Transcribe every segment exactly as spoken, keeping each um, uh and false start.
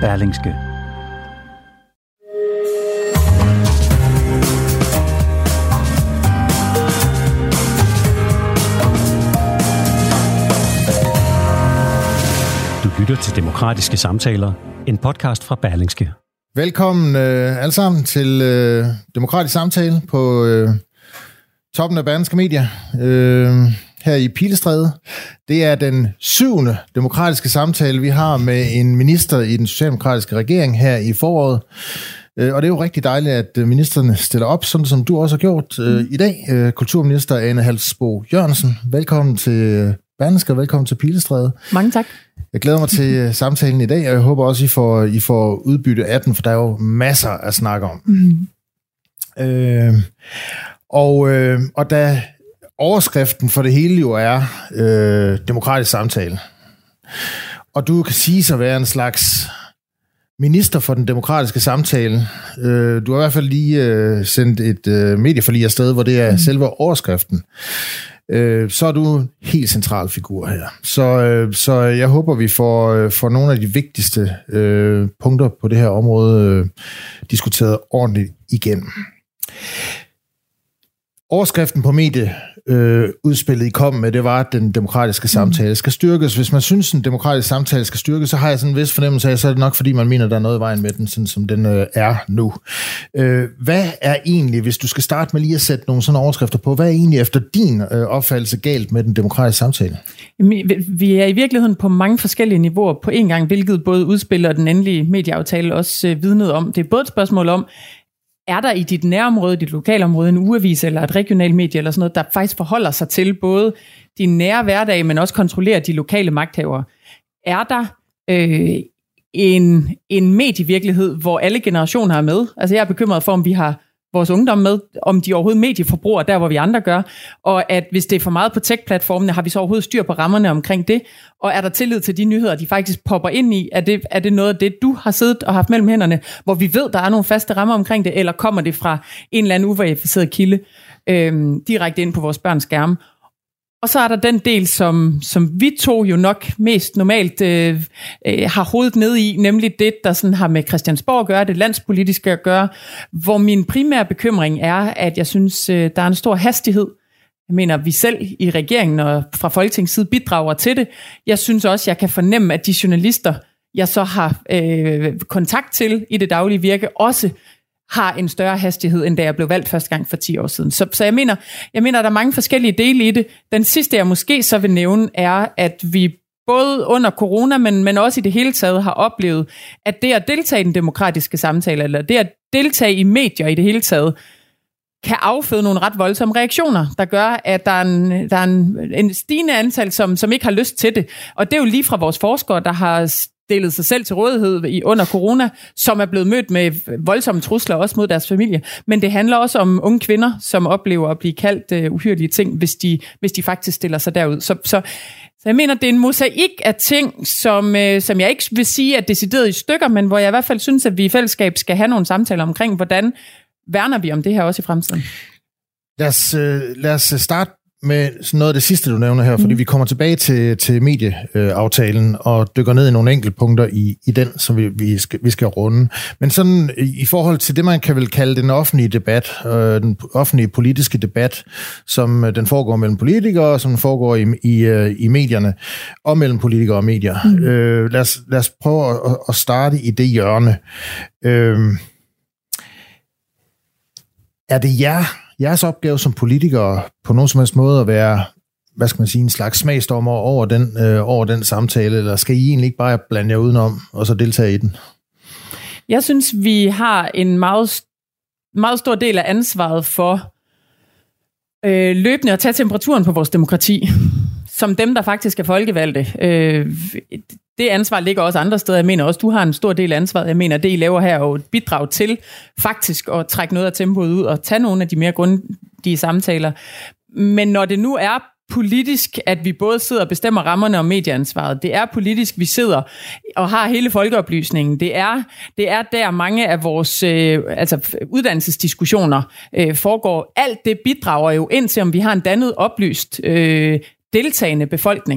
Berlingske. Du lytter til Demokratiske Samtaler, en podcast fra Berlingske. Velkommen øh, alle sammen til øh, Demokratisk Samtale på øh, toppen af Berlingske Media øh, her i Pilestræde. Det er den syvende demokratiske samtale, vi har med en minister i den socialdemokratiske regering her i foråret. Øh, og det er jo rigtig dejligt, at ministerne stiller op, sådan som du også har gjort øh, i dag. Øh, kulturminister Ane Halsboe Jørgensen, velkommen til Berlingske og velkommen til Pilestræde. Mange tak. Jeg glæder mig til samtalen i dag, og jeg håber også, I får, I får udbytte af den, for der er jo masser at snakke om. Mm. Øh, og, øh, og da overskriften for det hele jo er øh, demokratisk samtale, og du kan sige at være en slags minister for den demokratiske samtale. Øh, du har i hvert fald lige øh, sendt et øh, medieforlig afsted, hvor det er mm. selve overskriften. Så er du en helt central figur her. Så, så jeg håber, vi får, får nogle af de vigtigste øh, punkter på det her område øh, diskuteret ordentligt igennem. Overskriften på medieudspillet, øh, I kom med, det var, at den demokratiske samtale skal styrkes. Hvis man synes, at den demokratiske samtale skal styrkes, så har jeg sådan en vis fornemmelse af, så er det nok, fordi man mener, at der er noget i vejen med den, sådan som den øh, er nu. Øh, hvad er egentlig, hvis du skal starte med lige at sætte nogle sådan overskrifter på, hvad er egentlig efter din øh, opfattelse galt med den demokratiske samtale? Vi er i virkeligheden på mange forskellige niveauer på en gang, hvilket både udspil og den endelige medieaftale også øh, vidnede om. Det er både et spørgsmål om, er der i dit nærområde, dit lokalområde, en ugeavis eller et regionalt medie eller sådan noget, der faktisk forholder sig til både din nære hverdag, men også kontrollerer de lokale magthavere? Er der øh, en, en medievirkelighed, hvor alle generationer er med? Altså jeg er bekymret for, om vi har vores ungdom med, om de overhovedet medieforbruger der, hvor vi andre gør, og at hvis det er for meget på tech-platformene, har vi så overhovedet styr på rammerne omkring det, og er der tillid til de nyheder, de faktisk popper ind i? Er det, er det noget af det, du har siddet og haft mellem hænderne, hvor vi ved, der er nogle faste rammer omkring det, eller kommer det fra en eller anden uverificeret kilde øhm, direkte ind på vores børns skærme? Og så er der den del, som, som vi to jo nok mest normalt øh, øh, har hovedet ned i, nemlig det, der sådan har med Christiansborg at gøre, det landspolitiske at gøre, hvor min primære bekymring er, at jeg synes, øh, der er en stor hastighed. Jeg mener, vi selv i regeringen og fra Folketingets side bidrager til det. Jeg synes også, jeg kan fornemme, at de journalister, jeg så har øh, kontakt til i det daglige virke, også har en større hastighed, end da jeg blev valgt første gang for ti år siden. Så, så jeg mener, jeg mener, der er mange forskellige dele i det. Den sidste, jeg måske så vil nævne, er, at vi både under corona, men, men også i det hele taget har oplevet, at det at deltage i den demokratiske samtale, eller det at deltage i medier i det hele taget, kan afføde nogle ret voldsomme reaktioner, der gør, at der er en, der er en, en stigende antal, som, som ikke har lyst til det. Og det er jo lige fra vores forskere, der har stillet sig selv til rådighed i, under corona, som er blevet mødt med voldsomme trusler, også mod deres familie. Men det handler også om unge kvinder, som oplever at blive kaldt uh, uhyrlige ting, hvis de, hvis de faktisk stiller sig derud. Så, så, så jeg mener, det er en mosaik af ting, som, uh, som jeg ikke vil sige er decideret i stykker, men hvor jeg i hvert fald synes, at vi i fællesskab skal have nogle samtaler omkring, hvordan værner vi om det her også i fremtiden. Lad os, øh, lad os starte med noget af det sidste, du nævner her, fordi mm. vi kommer tilbage til, til medieaftalen og dykker ned i nogle enkelte punkter i, i den, som vi, vi, skal, vi skal runde. Men sådan i forhold til det, man kan vel kalde den offentlige debat, øh, den offentlige politiske debat, som øh, den foregår mellem politikere, og som den foregår i, i, øh, i medierne, og mellem politikere og medier. Mm. Øh, lad, os, lad os prøve at, at starte i det hjørne. Øh, er det jer, jeres opgave som politikere på nogen som helst måde at være, hvad skal man sige, en slags smagsdommer over den, øh, over den samtale, eller skal I egentlig ikke bare blande jer udenom, og så deltage i den? Jeg synes, vi har en meget, meget stor del af ansvaret for øh, løbende at tage temperaturen på vores demokrati, som dem, der faktisk er folkevalgte. Øh, det ansvar ligger også andre steder. Jeg mener også, du har en stor del af ansvaret. Jeg mener, det I laver her er jo et bidrag til faktisk at trække noget af tempoet ud og tage nogle af de mere grundige samtaler. Men når det nu er politisk, at vi både sidder og bestemmer rammerne om medieansvaret. Det er politisk, vi sidder og har hele folkeoplysningen. Det er, det er der mange af vores øh, altså uddannelsesdiskussioner øh, foregår. Alt det bidrager jo ind til, om vi har en dannet oplyst øh, deltagende befolkning.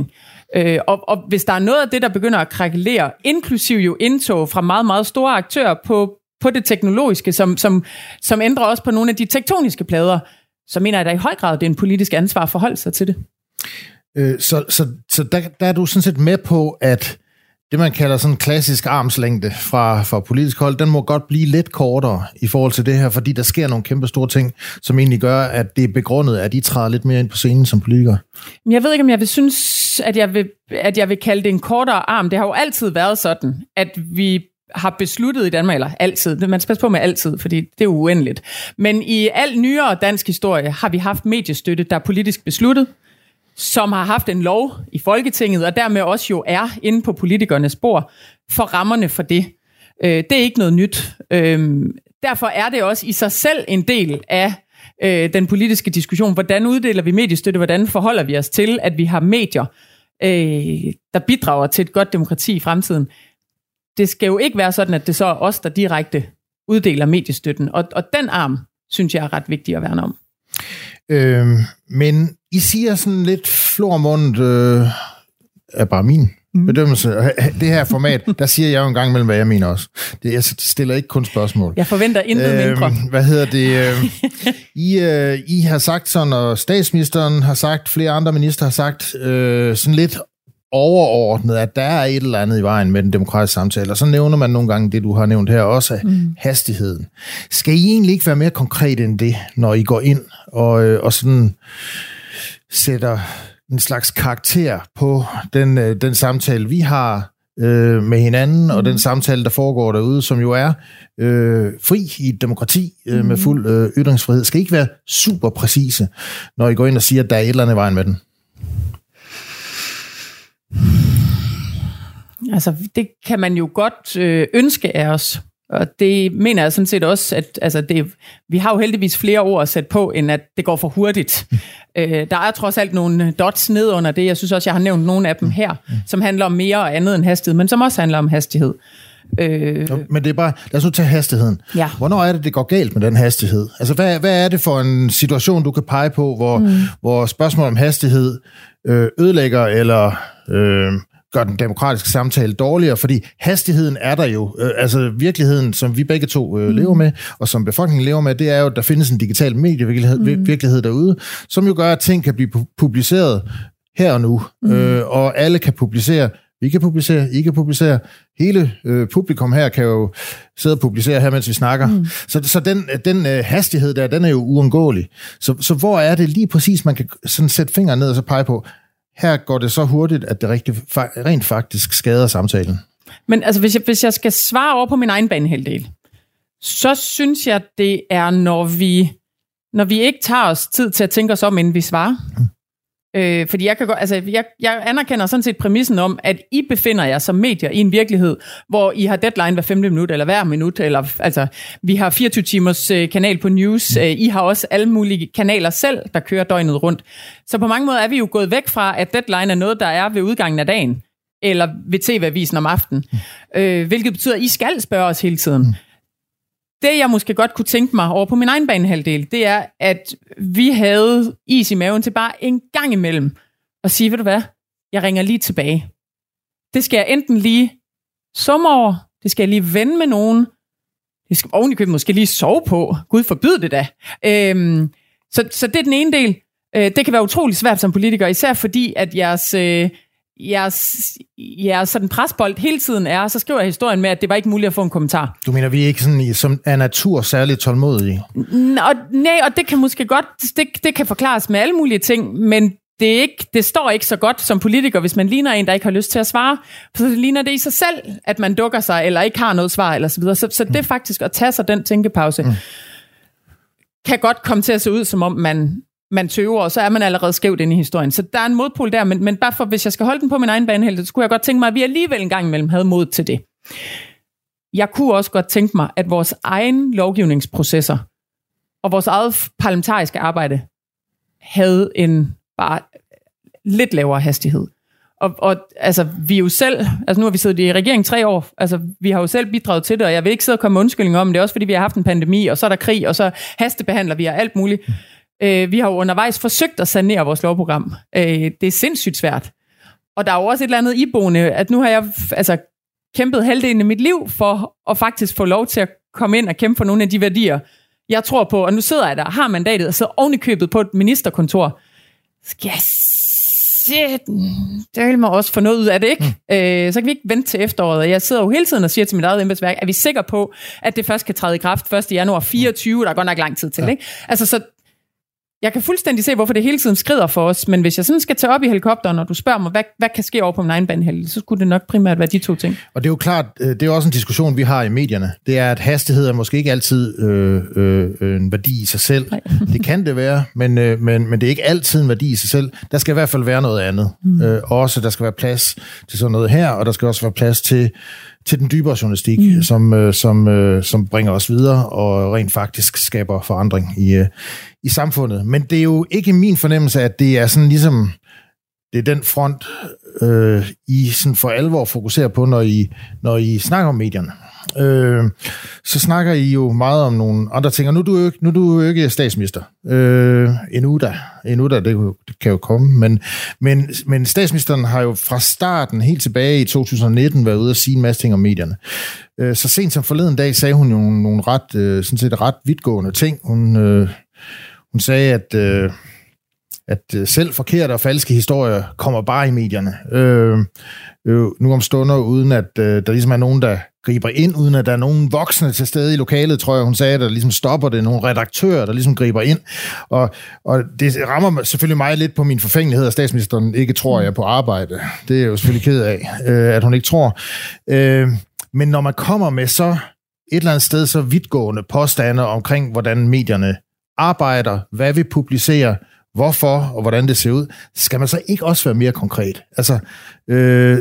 Øh, og, og hvis der er noget af det, der begynder at krakelere, inklusiv jo indtog fra meget, meget store aktører på, på det teknologiske, som, som, som ændrer også på nogle af de tektoniske plader, så mener jeg da i høj grad, det er en politisk ansvar at forholde sig til det. Øh, så så, så der, der er du sådan set med på, at det, man kalder sådan en klassisk armslængde fra, fra politisk hold, den må godt blive lidt kortere i forhold til det her, fordi der sker nogle kæmpe store ting, som egentlig gør, at det er begrundet, at I træder lidt mere ind på scenen som politikere. Jeg ved ikke, om jeg vil synes, at jeg vil, at jeg vil kalde det en kortere arm. Det har jo altid været sådan, at vi har besluttet i Danmark, eller altid, man skal passe på med altid, fordi det er jo uendeligt. Men i al nyere dansk historie har vi haft mediestøtte, der er politisk besluttet, som har haft en lov i Folketinget, og dermed også jo er inde på politikernes bord for rammerne for det. Øh, det er ikke noget nyt. Øh, derfor er det også i sig selv en del af øh, den politiske diskussion. Hvordan uddeler vi mediestøtte? Hvordan forholder vi os til, at vi har medier, øh, der bidrager til et godt demokrati i fremtiden? Det skal jo ikke være sådan, at det så er os, der direkte uddeler mediestøtten. Og, og den arm, synes jeg er ret vigtig at værne om. Øhm, men I siger sådan lidt flormundet, øh, er bare min mm. bedømmelse. Det her format, der siger jeg jo en gang imellem, hvad jeg mener også. Det, jeg stiller ikke kun spørgsmål. Jeg forventer intet øhm, mindre. Hvad hedder det? Øh, I, øh, I har sagt sådan, og statsministeren har sagt, flere andre minister har sagt, øh, sådan lidt overordnet, at der er et eller andet i vejen med den demokratiske samtale. Og så nævner man nogle gange det, du har nævnt her, også mm. hastigheden. Skal I egentlig ikke være mere konkret end det, når I går ind og, og sådan sætter en slags karakter på den, den samtale, vi har øh, med hinanden, mm. og den samtale, der foregår derude, som jo er øh, fri i et demokrati øh, med fuld øh, ytringsfrihed. Skal I ikke være super præcise, når I går ind og siger, at der er et eller andet i vejen med den? Altså, det kan man jo godt øh, ønske af os, og det mener jeg sådan set også, at altså, det, vi har jo heldigvis flere ord at sætte på, end at det går for hurtigt. Mm. Øh, der er trods alt nogle dots ned under det. Jeg synes også, jeg har nævnt nogle af dem her, mm. som handler om mere og andet end hastighed, men som også handler om hastighed. Øh, jo, men det er bare, lad os nu tage hastigheden. Ja. Hvornår er det, det går galt med den hastighed? Altså, hvad, hvad er det for en situation, du kan pege på, hvor, mm. hvor spørgsmål om hastighed øh, ødelægger eller øh, gør den demokratiske samtale dårligere? Fordi hastigheden er der jo. Øh, altså, virkeligheden, som vi begge to øh, mm. lever med, og som befolkningen lever med, det er jo, at der findes en digital medievirkelighed mm. virkelighed derude, som jo gør, at ting kan blive publiceret her og nu, mm. øh, og alle kan publicere. Vi kan publicere, I kan publicere. Hele øh, publikum her kan jo sidde og publicere her, mens vi snakker. Mm. Så, så den, den øh, hastighed der, den er jo uundgåelig. Så, så hvor er det lige præcis, man kan sådan sætte fingeren ned og så pege på, her går det så hurtigt, at det rigtig, rent faktisk skader samtalen? Men altså, hvis jeg, hvis jeg skal svare over på min egen banehalvdel, så synes jeg, det er, når vi, når vi ikke tager os tid til at tænke os om, inden vi svarer. Mm. Øh, fordi jeg kan godt, altså jeg, jeg anerkender sådan set præmissen om, at I befinder jer som medier i en virkelighed, hvor I har deadline hver femte minut, eller hver minut, eller altså, vi har fireogtyve timers øh, kanal på news, øh, I har også alle mulige kanaler selv, der kører døgnet rundt. Så på mange måder er vi jo gået væk fra, at deadline er noget, der er ved udgangen af dagen, eller ved T V-avisen om aftenen, øh, hvilket betyder, at I skal spørge os hele tiden. Det, jeg måske godt kunne tænke mig over på min egen banehalvdel, det er, at vi havde is i maven til bare en gang imellem at sige, ved du hvad, jeg ringer lige tilbage. Det skal jeg enten lige summe over, det skal jeg lige vende med nogen, det skal ovenikøbet måske lige sove på. Gud forbyde det da. Øhm, så, så det er den ene del. Øh, det kan være utrolig svært som politiker, især fordi, at jeres... Øh, jeres, jeres sådan presbold hele tiden er, så skriver jeg historien med, at det var ikke muligt at få en kommentar. Du mener, vi er ikke sådan, som er natur særligt tålmodige? Og, nej, og det kan måske godt, det, det kan forklares med alle mulige ting, men det, er ikke, det står ikke så godt som politiker, hvis man ligner en, der ikke har lyst til at svare. Så det ligner det i sig selv, at man dukker sig, eller ikke har noget svar, eller så videre. Så, så det er faktisk at tage sig den tænkepause, mm. kan godt komme til at se ud, som om man man tøver, og så er man allerede skævt inde i historien. Så der er en modpol der, men, men bare for, hvis jeg skal holde den på min egen banehalvdel, så kunne jeg godt tænke mig, at vi alligevel en gang imellem havde mod til det. Jeg kunne også godt tænke mig, at vores egen lovgivningsprocesser og vores eget parlamentariske arbejde havde en bare lidt lavere hastighed. Og, og altså, vi er jo selv, altså nu har vi siddet i regeringen tre år, altså vi har jo selv bidraget til det, og jeg vil ikke sidde og komme med undskyldninger om det, også fordi vi har haft en pandemi, og så er der krig, og så hastebehandler vi og alt muligt. Vi har jo undervejs forsøgt at sanere vores lovprogram. Det er sindssygt svært. Og der er jo også et eller andet iboende, at nu har jeg altså kæmpet halvdelen af mit liv for at faktisk få lov til at komme ind og kæmpe for nogle af de værdier, jeg tror på. Og nu sidder jeg der, har mandatet og sidder oven i købet på et ministerkontor. Skal jeg shit, det vil mig også få noget ud af det, ikke? Mm. Øh, så kan vi ikke vente til efteråret. Og jeg sidder jo hele tiden og siger til mit eget embedsværk, er vi sikre på, at det først kan træde i kraft første januar fireogtyve, der er godt nok lang tid til, ja. Ikke? Altså, så jeg kan fuldstændig se, hvorfor det hele tiden skrider for os, men hvis jeg sådan skal tage op i helikopteren, og du spørger mig, hvad, hvad kan ske over på min egen banehalvdel, så skulle det nok primært være de to ting. Og det er jo klart, det er jo også en diskussion, vi har i medierne. Det er, at hastighed er måske ikke altid øh, øh, en værdi i sig selv. Det kan det være, men, øh, men, men det er ikke altid en værdi i sig selv. Der skal i hvert fald være noget andet. Mm. Øh, også der skal være plads til sådan noget her, og der skal også være plads til til den dybere journalistik, mm. som, øh, som, øh, som bringer os videre og rent faktisk skaber forandring i, øh, i samfundet. Men det er jo ikke min fornemmelse, at det er sådan ligesom, det er den front, øh, I sådan for alvor fokuserer på, når I, når I snakker om medierne. Øh, så snakker I jo meget om nogle andre ting, og nu er du jo ikke, nu er du jo ikke statsminister. Øh, endnu da, endnu da, det, det kan jo komme, men, men, men statsministeren har jo fra starten, helt tilbage i to tusind nitten, været ude at sige en masse ting om medierne. Øh, så sent som forleden dag sagde hun jo nogle, nogle ret, øh, sådan set ret vidtgående ting. Hun, øh, hun sagde, at øh, at selv forkerte og falske historier kommer bare i medierne. Øh, øh, nu om stunder, uden at øh, der ligesom er nogen, der griber ind, uden at der er nogen voksne til stede i lokalet, tror jeg, hun sagde, der ligesom stopper det. Nogle redaktører, der ligesom griber ind. Og, og det rammer selvfølgelig mig lidt på min forfængelighed, at statsministeren ikke tror, at jeg er på arbejde. Det er jeg jo selvfølgelig ked af, øh, at hun ikke tror. Øh, men når man kommer med så et eller andet sted så vidtgående påstande omkring, hvordan medierne arbejder, hvad vi publicerer, hvorfor og hvordan det ser ud, skal man så ikke også være mere konkret? Altså, øh,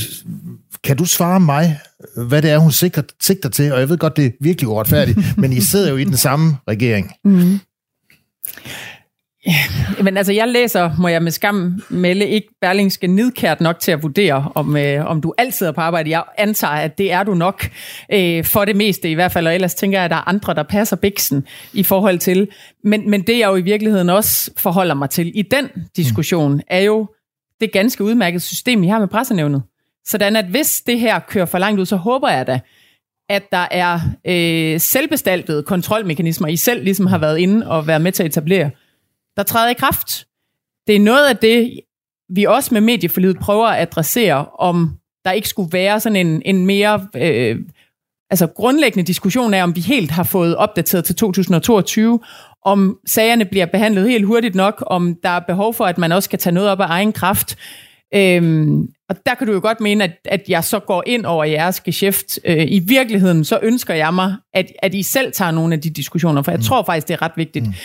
kan du svare mig, hvad det er, hun sigter, sigter til? Og jeg ved godt, det er virkelig uretfærdigt, men I sidder jo i den samme regering. Mm. Ja, men altså, jeg læser, må jeg med skam melde, ikke Berlingske nidkært nok til at vurdere, om, øh, om du altid er på arbejde. Jeg antager, at det er du nok øh, for det meste i hvert fald, og ellers tænker jeg, at der er andre, der passer biksen i forhold til. Men, men det, jeg jo i virkeligheden også forholder mig til i den diskussion, mm. er jo det ganske udmærkede system, I har med pressenævnet. Sådan at hvis det her kører for langt ud, så håber jeg da, at der er øh, selvbestaltede kontrolmekanismer, I selv ligesom har været inde og været med til at etablere, der træder i kraft. Det er noget af det, vi også med medieforliget prøver at adressere, om der ikke skulle være sådan en, en mere øh, altså grundlæggende diskussion af, om vi helt har fået opdateret til to tusind toogtyve, om sagerne bliver behandlet helt hurtigt nok, om der er behov for, at man også kan tage noget op af egen kraft. Øhm, og der kan du jo godt mene, at, at jeg så går ind over jeres geschæft. Øh, I virkeligheden, så ønsker jeg mig, at, at I selv tager nogle af de diskussioner, for jeg mm. tror faktisk, det er ret vigtigt, mm.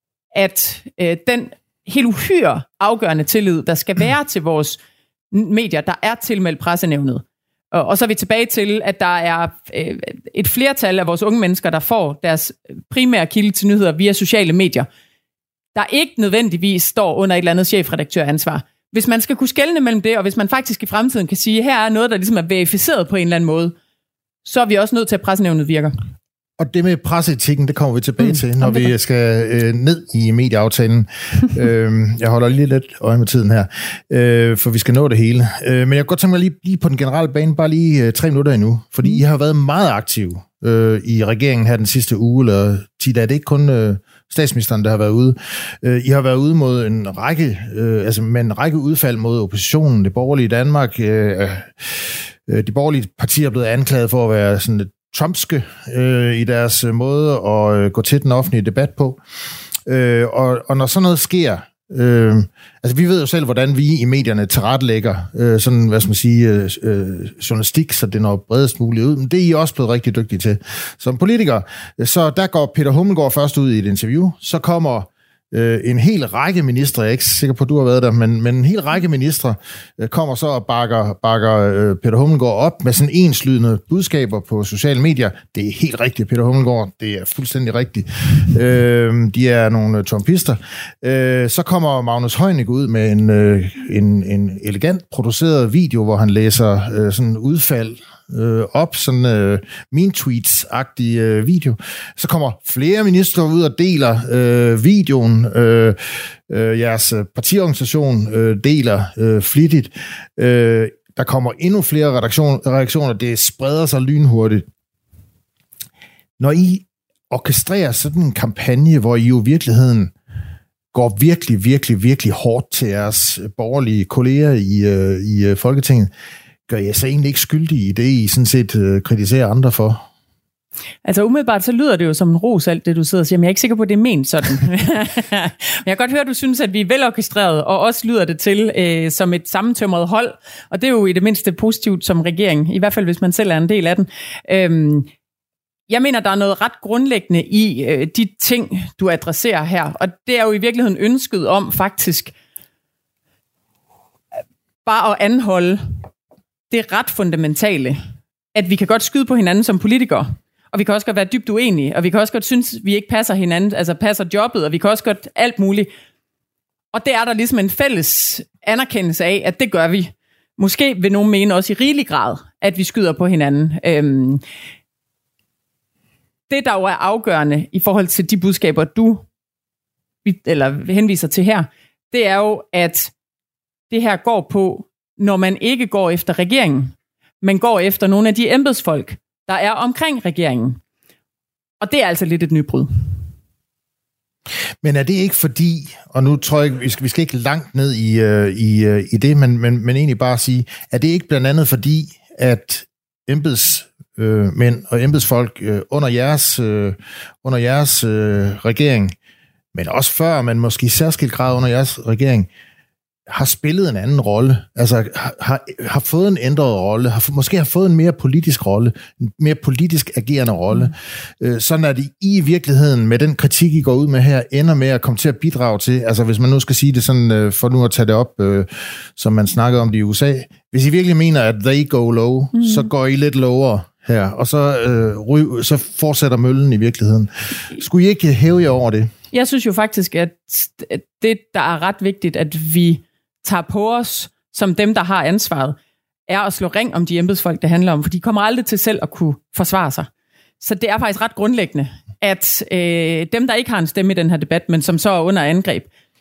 at øh, den helt uhyre afgørende tillid, der skal være til vores medier, der er tilmeldt pressenævnet. Og, og så er vi tilbage til, at der er øh, et flertal af vores unge mennesker, der får deres primære kilde til nyheder via sociale medier, der ikke nødvendigvis står under et eller andet chefredaktøransvar. Hvis man skal kunne skelne mellem det, og hvis man faktisk i fremtiden kan sige, her er noget, der ligesom er verificeret på en eller anden måde, så er vi også nødt til, at pressenævnet virker. Og det med presseetikken, det kommer vi tilbage mm, til, når vi skal øh, ned i medieaftalen. øh, jeg holder lige lidt øje med tiden her, øh, for vi skal nå det hele. Øh, men jeg kan godt tænke mig lige, lige på den generelle bane, bare lige øh, tre minutter endnu, fordi mm. I har været meget aktive øh, i regeringen her den sidste uge, eller ti dage. Det er ikke kun øh, statsministeren, der har været ude. Øh, I har været ude mod en række, øh, altså med en række udfald mod oppositionen, det borgerlige Danmark. Øh, øh, de borgerlige partier er blevet anklaget for at være sådan et trumpske øh, i deres måde at øh, gå til den offentlige debat på. Øh, og, og når sådan noget sker, øh, altså vi ved jo selv, hvordan vi i medierne tilrettelægger øh, sådan, hvad skal man sige, øh, øh, journalistik, så det når bredest muligt ud, men det er I også blevet rigtig dygtige til som politikere. Så der går Peter Hummelgaard først ud i et interview, så kommer Øh, en hel række ministre, jeg er ikke sikker på, at du har været der, men, men en hel række ministre øh, kommer så og bakker, bakker øh, Peter Hummelgaard op med sådan enslydende budskaber på sociale medier. Det er helt rigtigt, Peter Hummelgaard. Det er fuldstændig rigtigt. Øh, de er nogle trumpister. Øh, så kommer Magnus Heunicke ud med en, øh, en, en elegant produceret video, hvor han læser øh, sådan udfald øh, op, sådan øh, meme tweets-agtig øh, video. Så kommer flere ministre ud og deler øh, videoen. Øh, øh, jeres partiorganisation øh, deler øh, flittigt. Øh, der kommer endnu flere reaktioner. Det spreder sig lynhurtigt. Når I orkestrerer sådan en kampagne, hvor I jo i virkeligheden går virkelig, virkelig, virkelig hårdt til jeres borgerlige kolleger i, øh, i øh, Folketinget, gør jeg så egentlig ikke skyldige i det, I sådan set øh, kritiserer andre for? Altså umiddelbart, så lyder det jo som en ros, alt det du sidder og siger, men jeg er ikke sikker på, at det er ment sådan. Men jeg kan godt høre, at du synes, at vi er velorkestreret, og også lyder det til øh, som et sammentømret hold, og det er jo i det mindste positivt som regering, i hvert fald hvis man selv er en del af den. Øhm, Jeg mener, der er noget ret grundlæggende i øh, de ting, du adresserer her. Og det er jo i virkeligheden ønsket om faktisk bare at anholde det ret fundamentale, at vi kan godt skyde på hinanden som politikere, og vi kan også godt være dybt uenige, og vi kan også godt synes, at vi ikke passer hinanden, altså passer jobbet, og vi kan også godt alt muligt. Og det er der ligesom en fælles anerkendelse af, at det gør vi. Måske vil nogen mene også i rigelig grad, at vi skyder på hinanden. Øhm, Det, der jo er afgørende i forhold til de budskaber, du eller henviser til her, det er jo, at det her går på, når man ikke går efter regeringen, men går efter nogle af de embedsfolk, der er omkring regeringen. Og det er altså lidt et nybrud. Men er det ikke fordi, og nu tror jeg, vi skal, vi skal ikke langt ned i, uh, i, uh, i det, men, men, men egentlig bare sige, er det ikke blandt andet fordi, at embeds Øh, mænd og embedsfolk øh, under jeres, øh, under jeres øh, regering, men også før, men måske i særskilt grad under jeres regering, har spillet en anden rolle, altså har, har fået en ændret rolle, har, måske har fået en mere politisk rolle, en mere politisk agerende rolle, mm. øh, sådan at I i virkeligheden med den kritik, I går ud med her, ender med at komme til at bidrage til, altså hvis man nu skal sige det sådan, øh, for nu at tage det op, øh, som man snakkede om det i U S A, hvis I virkelig mener, at they go low, mm. så går I lidt lavere her, og så, øh, ry- så fortsætter møllen i virkeligheden. Skulle I ikke hæve jer over det? Jeg synes jo faktisk, at det, der er ret vigtigt, at vi tager på os, som dem, der har ansvaret, er at slå ring om de embedsfolk, det handler om, for de kommer aldrig til selv at kunne forsvare sig. Så det er faktisk ret grundlæggende, at øh, dem, der ikke har en stemme i den her debat, men som så er under angreb,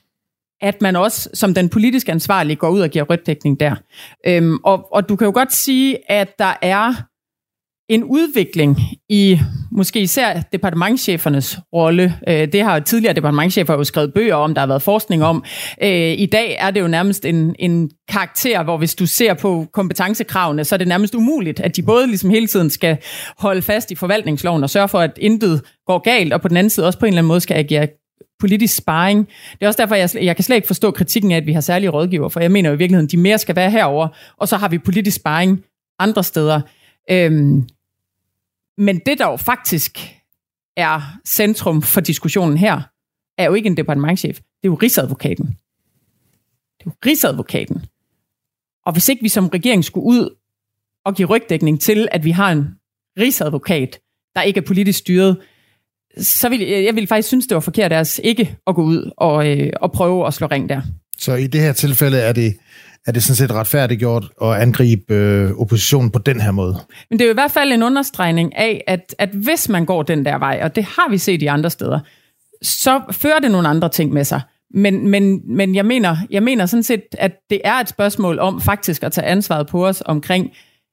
at man også som den politisk ansvarlige går ud og giver røddækning der. Øhm, og, og du kan jo godt sige, at der er en udvikling i måske især departementschefernes rolle. Det har tidligere departementschefer jo skrevet bøger om, der har været forskning om. I dag er det jo nærmest en, en karakter, hvor hvis du ser på kompetencekravene, så er det nærmest umuligt, at de både ligesom hele tiden skal holde fast i forvaltningsloven og sørge for, at intet går galt, og på den anden side også på en eller anden måde skal agere politisk sparring. Det er også derfor, jeg, jeg kan slet ikke forstå kritikken af, at vi har særlige rådgiver, for jeg mener jo i virkeligheden, de mere skal være herover, og så har vi politisk sparring andre steder. Øhm, Men det, der jo faktisk er centrum for diskussionen her, er jo ikke en departementschef. Det er jo rigsadvokaten. Det er jo rigsadvokaten. Og hvis ikke vi som regering skulle ud og give rygdækning til, at vi har en rigsadvokat, der ikke er politisk styret, så vil jeg, jeg vil faktisk synes, det var forkert af os ikke at gå ud og, øh, og prøve at slå ring der. Så i det her tilfælde er det er det sådan set retfærdiggjort at angribe øh, oppositionen på den her måde? Men det er jo i hvert fald en understregning af, at, at hvis man går den der vej, og det har vi set i andre steder, så fører det nogle andre ting med sig. Men, men, men jeg, mener, jeg mener sådan set, at det er et spørgsmål om faktisk at tage ansvaret på os omkring,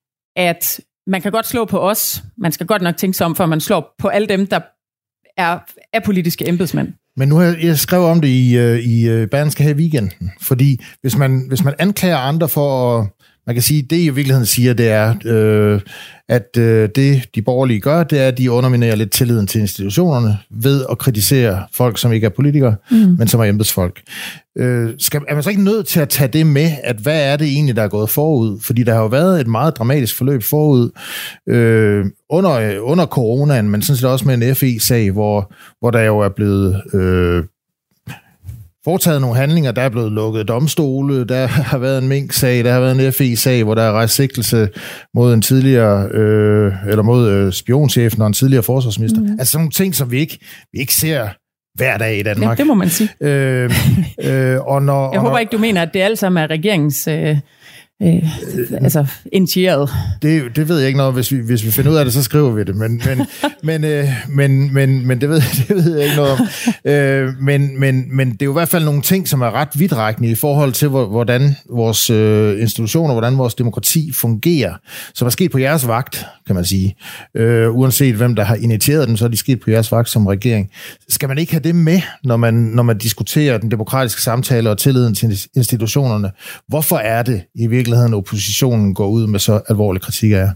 at man kan godt slå på os, man skal godt nok tænke sig om, for man slår på alle dem, der er, er politiske embedsmænd. Men nu har jeg, jeg skrevet om det i, i Berlingske her i weekenden, fordi hvis man, hvis man anklager andre for at, man kan sige, det i virkeligheden siger, det er, øh, at øh, det de borgerlige gør, det er, at de underminerer lidt tilliden til institutionerne ved at kritisere folk, som ikke er politikere, mm. men som er embedsfolk. Øh, skal, er man så ikke nødt til at tage det med, at hvad er det egentlig, der er gået forud? Fordi der har jo været et meget dramatisk forløb forud øh, under, under coronaen, men sådan set også med en F E-sag, hvor, hvor der jo er blevet Øh, foretaget nogle handlinger, der er blevet lukket domstole, der har været en Mink-sag, der har været en F E-sag, hvor der er rejst sigtelse mod en tidligere, øh, eller mod øh, spionchefen og en tidligere forsvarsminister. Mm. Altså sådan nogle ting, som vi ikke, vi ikke ser hver dag i Danmark. Ja, det må man sige. Øh, øh, og når, Jeg og håber når, ikke, du mener, at det alt sammen er regeringens øh, Øh, altså initieret. Det, det ved jeg ikke noget. Hvis vi, hvis vi finder ud af det, så skriver vi det. Men, men, men, øh, men, men, men det, ved, det ved jeg ikke noget om. Øh, men, men, men det er jo i hvert fald nogle ting, som er ret vidtrækkende i forhold til, hvordan vores øh, institutioner, hvordan vores demokrati fungerer. Som er sket på jeres vagt, kan man sige. Øh, uanset hvem, der har initieret den, så er de sket på jeres vagt som regering. Skal man ikke have det med, når man, når man diskuterer den demokratiske samtale og tilliden til institutionerne? Hvorfor er det i virkeligheden, oppositionen går ud med så alvorlig kritik af?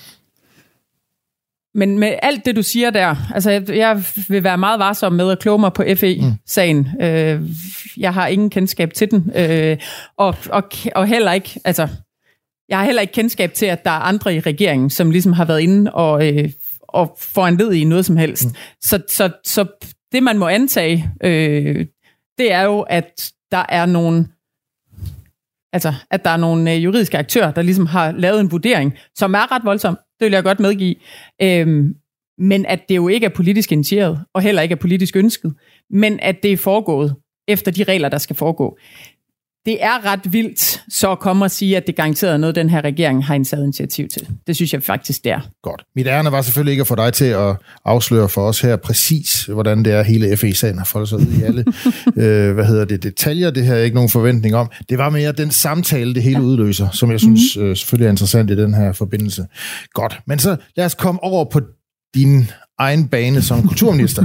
Men med alt det, du siger der, altså jeg, jeg vil være meget varsom med at kloge mig på F E-sagen. Mm. Øh, jeg har ingen kendskab til den, øh, og, og, og heller ikke, altså, jeg har heller ikke kendskab til, at der er andre i regeringen, som ligesom har været inde og, øh, og foranlediget i noget som helst. Mm. Så, så, så det, man må antage, øh, det er jo, at der er nogle Altså, at der er nogle øh, juridiske aktører, der ligesom har lavet en vurdering, som er ret voldsom, det vil jeg godt medgive, øhm, men at det jo ikke er politisk initieret, og heller ikke er politisk ønsket, men at det er foregået efter de regler, der skal foregå. Det er ret vildt så at komme og sige, at det garanteret er noget, den her regering har indsat initiativ til. Det synes jeg faktisk, det er. Godt. Mit ærne var selvfølgelig ikke at få dig til at afsløre for os her præcis, hvordan det er, hele F E-sagen har foldet sig ud i alle øh, hvad hedder det, detaljer. Det har jeg ikke nogen forventning om. Det var mere den samtale, det hele udløser, som jeg synes mm-hmm. øh, selvfølgelig er interessant i den her forbindelse. Godt. Men så lad os komme over på din egen bane som kulturminister.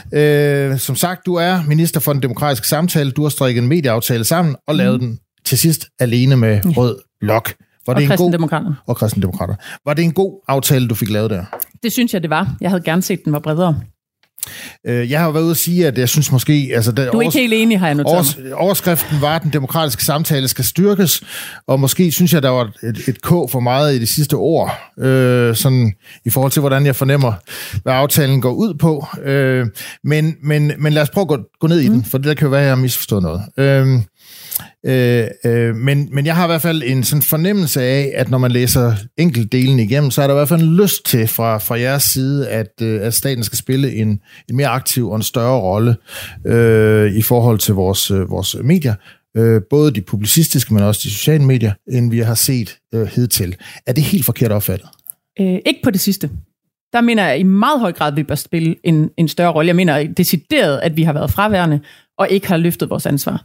øh, som sagt, du er minister for den demokratiske samtale. Du har strikket en medieaftale sammen og lavet mm. den til sidst alene med Rød Blok. Var og det Kristendemokrater. Og Kristendemokrater. Var det en god aftale, du fik lavet der? Det synes jeg, det var. Jeg havde gerne set, den var bredere. Jeg har jo været ude at sige, at jeg synes måske... Altså, du er overs- ikke helt enig, har jeg noteret overs- Overskriften var, at den demokratiske samtale skal styrkes, og måske synes jeg, der var et, et k for meget i de sidste år, øh, sådan i forhold til, hvordan jeg fornemmer, hvad aftalen går ud på. Øh, men, men, men lad os prøve at gå, gå ned i mm. den, for det der kan jo være, at jeg har misforstået noget. Øh, Øh, øh, men, men jeg har i hvert fald en sådan fornemmelse af, at når man læser enkeltdelen igennem, så er der i hvert fald en lyst til fra, fra jeres side, at, øh, at staten skal spille en, en mere aktiv og en større rolle øh, i forhold til vores, øh, vores medier. Øh, både de publicistiske, men også de sociale medier, end vi har set øh, hidtil. Er det helt forkert opfattet? Øh, ikke på det sidste. Der mener jeg i meget høj grad, at vi bør spille en, en større rolle. Jeg mener decideret, at vi har været fraværende og ikke har løftet vores ansvar.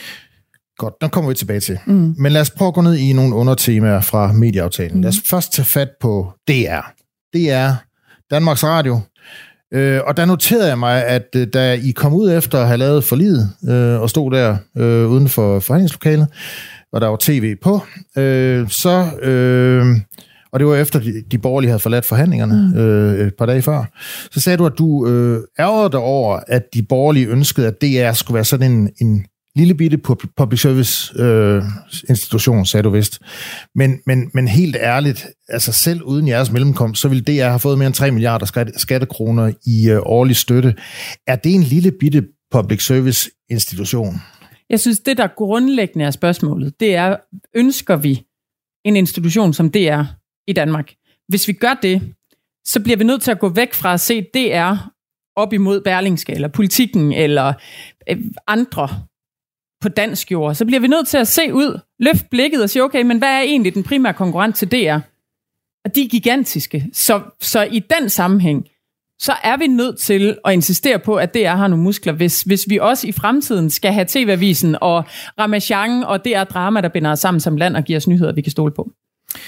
Godt, den kommer vi tilbage til. Mm. Men lad os prøve at gå ned i nogle undertemaer fra medieaftalen. Mm. Lad os først tage fat på D R. D R, Danmarks Radio. Øh, og der noterede jeg mig, at øh, da I kom ud efter at have lavet forliget øh, og stod der øh, uden for forhandlingslokalet, og der var tv på, øh, så... Øh, og det var efter, de, de borgerlige havde forladt forhandlingerne mm. øh, et par dage før, så sagde du, at du øh, ærgede dig over, at de borgerlige ønskede, at D R skulle være sådan en... en lille bitte public service øh, institution, sagde du vist. Men, men, men helt ærligt, altså selv uden jeres mellemkomst, så ville D R have fået mere end tre milliarder skattekroner i øh, årlig støtte. Er det en lille bitte public service institution? Jeg synes, det der grundlæggende er spørgsmålet, det er, ønsker vi en institution som D R i Danmark? Hvis vi gør det, så bliver vi nødt til at gå væk fra at se D R op imod Berlingske, eller Politikken, eller øh, andre på dansk jord, så bliver vi nødt til at se ud, løfte blikket og sige, okay, men hvad er egentlig den primære konkurrent til D R? Og de er gigantiske. Så, så i den sammenhæng, så er vi nødt til at insistere på, at D R har nogle muskler, hvis, hvis vi også i fremtiden skal have T V-avisen og Ramachan og D R Drama, der binder os sammen som land og giver os nyheder, vi kan stole på.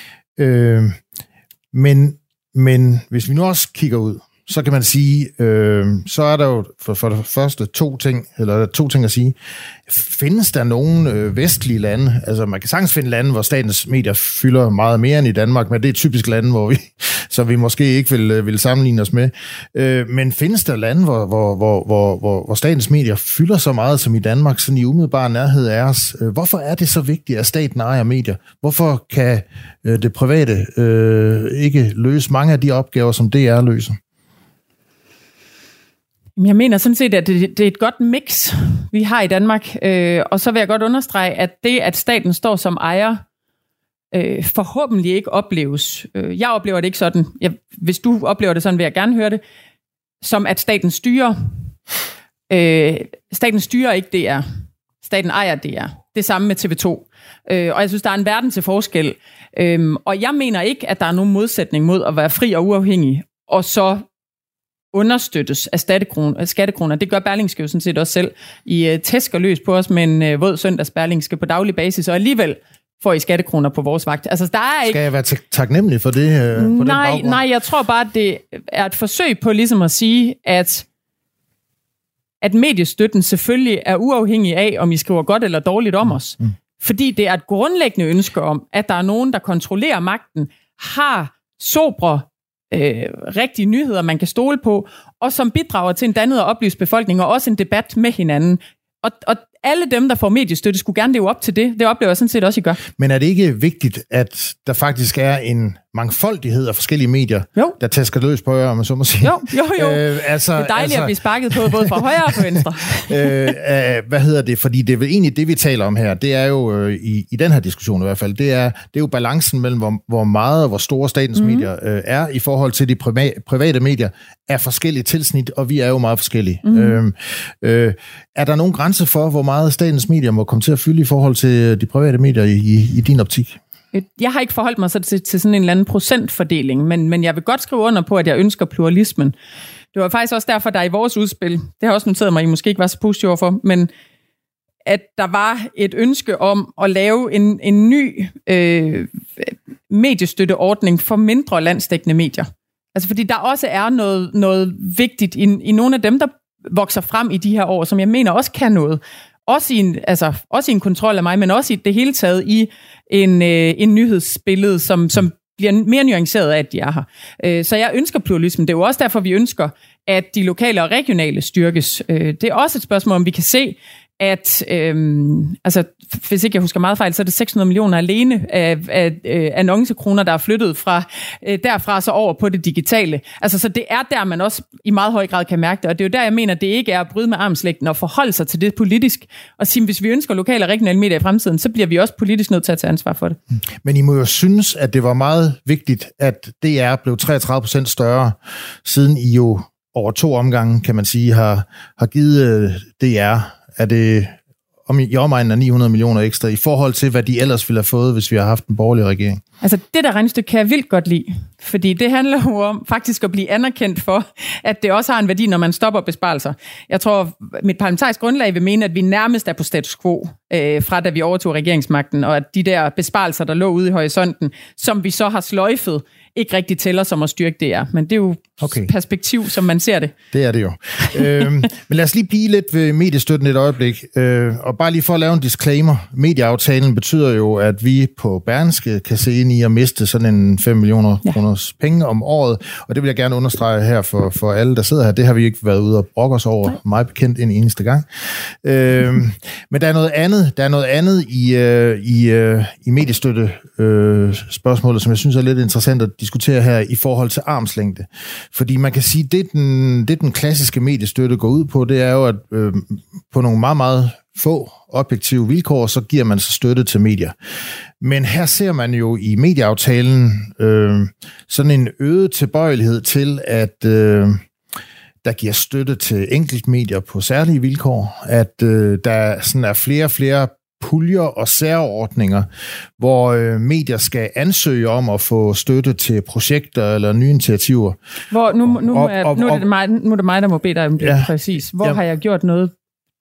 Øh, men, men hvis vi nu også kigger ud, så kan man sige, øh, så er der jo for, for det første to ting, eller to ting at sige. Findes der nogen øh, vestlige lande, altså man kan sagtens finde lande, hvor statens medier fylder meget mere end i Danmark, men det er typisk lande, hvor vi, så vi måske ikke vil, vil sammenligne os med. Øh, men findes der lande, hvor, hvor, hvor, hvor, hvor, hvor statens medier fylder så meget som i Danmark, sådan i umiddelbar nærhed af os? Hvorfor er det så vigtigt, at staten ejer medier? Hvorfor kan øh, det private øh, ikke løse mange af de opgaver, som D R løser? Jeg mener sådan set, at det, det er et godt mix, vi har i Danmark. Øh, og så vil jeg godt understrege, at det, at staten står som ejer, øh, forhåbentlig ikke opleves. Øh, jeg oplever det ikke sådan. Jeg, hvis du oplever det sådan, vil jeg gerne høre det. Som at staten styrer. Øh, staten styrer ikke D R. Staten ejer D R. Det samme med T V to. Øh, og jeg synes, der er en verden til forskel. Øhm, og jeg mener ikke, at der er nogen modsætning mod at være fri og uafhængig, og så understøttes af skattekroner. Det gør Berlingske jo sådan set også selv. I uh, tæsker løs på os med en uh, våd søndags Berlingske på daglig basis, og alligevel får I skattekroner på vores vagt. Altså, der er ikke... Skal jeg være taknemmelig for det? Uh, på nej, den nej, jeg tror bare, at det er et forsøg på ligesom at sige, at at mediestøtten selvfølgelig er uafhængig af, om I skriver godt eller dårligt om os. Mm. Fordi det er et grundlæggende ønske om, at der er nogen, der kontrollerer magten, har sobre, øh, rigtige nyheder, man kan stole på, og som bidrager til en dannet og oplyst befolkning, og også en debat med hinanden. Og, og alle dem, der får mediestøtte, skulle gerne leve op til det. Det oplever jeg sådan set også, I gør. Men er det ikke vigtigt, at der faktisk er en mangfoldighed af forskellige medier, jo. der tæsker løs på ører, om man så må sige? Jo, jo, jo. Øh, altså, det er dejligt altså, at blive sparket på, både fra højre og fra venstre. øh, øh, hvad hedder det? Fordi det er vel egentlig det, vi taler om her. Det er jo, øh, i, i den her diskussion i hvert fald, det er, det er jo balancen mellem, hvor, hvor meget og hvor store statens mm-hmm. medier øh, er, i forhold til de priva- private medier, er forskellige tilsnit, og vi er jo meget forskellige. Mm-hmm. Øh, øh, er der nogen grænse for, hvor meget statens medier må komme til at fylde i forhold til de private medier i, i, i din optik? Jeg har ikke forholdt mig så til, til sådan en eller anden procentfordeling, men, men jeg vil godt skrive under på, at jeg ønsker pluralismen. Det var faktisk også derfor, der i vores udspil, det har også noteret mig, I måske ikke var så positive for, men at der var et ønske om at lave en, en ny øh, mediestøtteordning for mindre landsdækkende medier. Altså fordi der også er noget, noget vigtigt i, i nogle af dem, der vokser frem i de her år, som jeg mener også kan noget. Også i en, altså, også i en kontrol af mig, men også i det hele taget i en, øh, en nyhedsbillede, som, som bliver mere nuanceret af, at de er her. Øh, så jeg ønsker pluralismen. Det er jo også derfor, vi ønsker, at de lokale og regionale styrkes. Øh, det er også et spørgsmål, om vi kan se, at, øhm, altså, hvis ikke jeg husker meget fejl, så er det seks hundrede millioner alene af, af øh, annoncekroner, der er flyttet fra øh, derfra så over på det digitale. Altså, så det er der, man også i meget høj grad kan mærke det, og det er jo der, jeg mener, det ikke er at bryde med armslægten og forholde sig til det politisk, og sige, hvis vi ønsker lokale og regionale medier i fremtiden, så bliver vi også politisk nødt til at tage ansvar for det. Men I må jo synes, at det var meget vigtigt, at D R blev treogtredive procent større, siden I jo over to omgange, kan man sige, har, har givet D R er det om i omegnen af ni hundrede millioner ekstra i forhold til, hvad de ellers ville have fået, hvis vi har haft en borgerlig regering? Altså, det der regnestykke kan jeg vildt godt lide, fordi det handler jo om faktisk at blive anerkendt for, at det også har en værdi, når man stopper besparelser. Jeg tror, mit parlamentarisk grundlag vil mene, at vi nærmest er på status quo, øh, fra da vi overtog regeringsmagten, og at de der besparelser, der lå ude i horisonten, som vi så har sløjfet, ikke rigtig tæller som at styrke det er. Men det er jo okay. Perspektiv, som man ser det. Det er det jo. øhm, men lad os lige blive lidt ved mediestøtten et øjeblik. Øh, og bare lige for at lave en disclaimer. Medieaftalen betyder jo, at vi på Berlingske kan se ind i at miste sådan en fem millioner ja. kroners penge om året. Og det vil jeg gerne understrege her for, for alle, der sidder her. Det har vi ikke været ude og brokke os over, Nej. meget bekendt, en eneste gang. Øhm, men der er noget andet, der er noget andet i, øh, i, øh, i mediestøtte øh, spørgsmålet, som jeg synes er lidt interessant at diskutere her i forhold til armslængde. Fordi man kan sige, det den, det den klassiske mediestøtte går ud på, det er jo, at øh, på nogle meget, meget få objektive vilkår, så giver man så støtte til medier. Men her ser man jo i medieaftalen øh, sådan en øget tilbøjelighed til, at øh, der giver støtte til enkeltmedier på særlige vilkår, at øh, der sådan er flere og flere puljer og særordninger, hvor øh, medier skal ansøge om at få støtte til projekter eller nye initiativer. Hvor, nu, nu, og, og, nu, er det mig, nu er det mig, der må bede dig om det ja, præcis. Hvor ja, har jeg gjort noget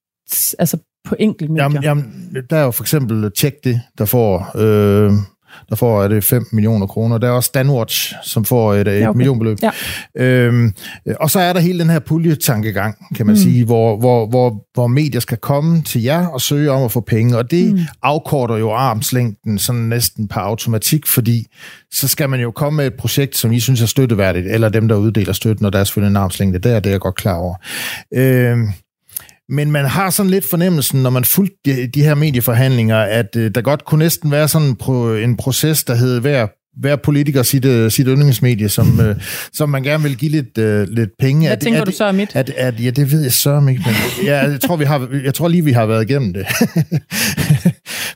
altså på enkelt medier? Jamen, jamen, der er jo for eksempel Tjek det, der får... Øh, Der får er det fem millioner kroner. Der er også Danwatch, som får et, et ja, okay. millionbeløb. Ja. Øhm, og så er der hele den her puljetankegang, kan man mm. sige, hvor, hvor, hvor, hvor medier skal komme til jer og søge om at få penge. Og det mm. afkorter jo armslængden sådan næsten per automatik, fordi så skal man jo komme med et projekt, som I synes er støtteværdigt, eller dem, der uddeler støtten, og der er selvfølgelig en armslængde der, det er jeg godt klar over. Øhm, Men man har sådan lidt fornemmelsen, når man fulgte de, de her medieforhandlinger, at øh, der godt kunne næsten være sådan en, pro, en proces, der hed hver, hver politiker sit, øh, sit yndlingsmedie, som, øh, som man gerne vil give lidt, øh, lidt penge. Hvad at, tænker at, du så er mit? At, at, ja, det ved jeg så ikke, men ja, jeg, tror, vi har, jeg tror lige, vi har været igennem det.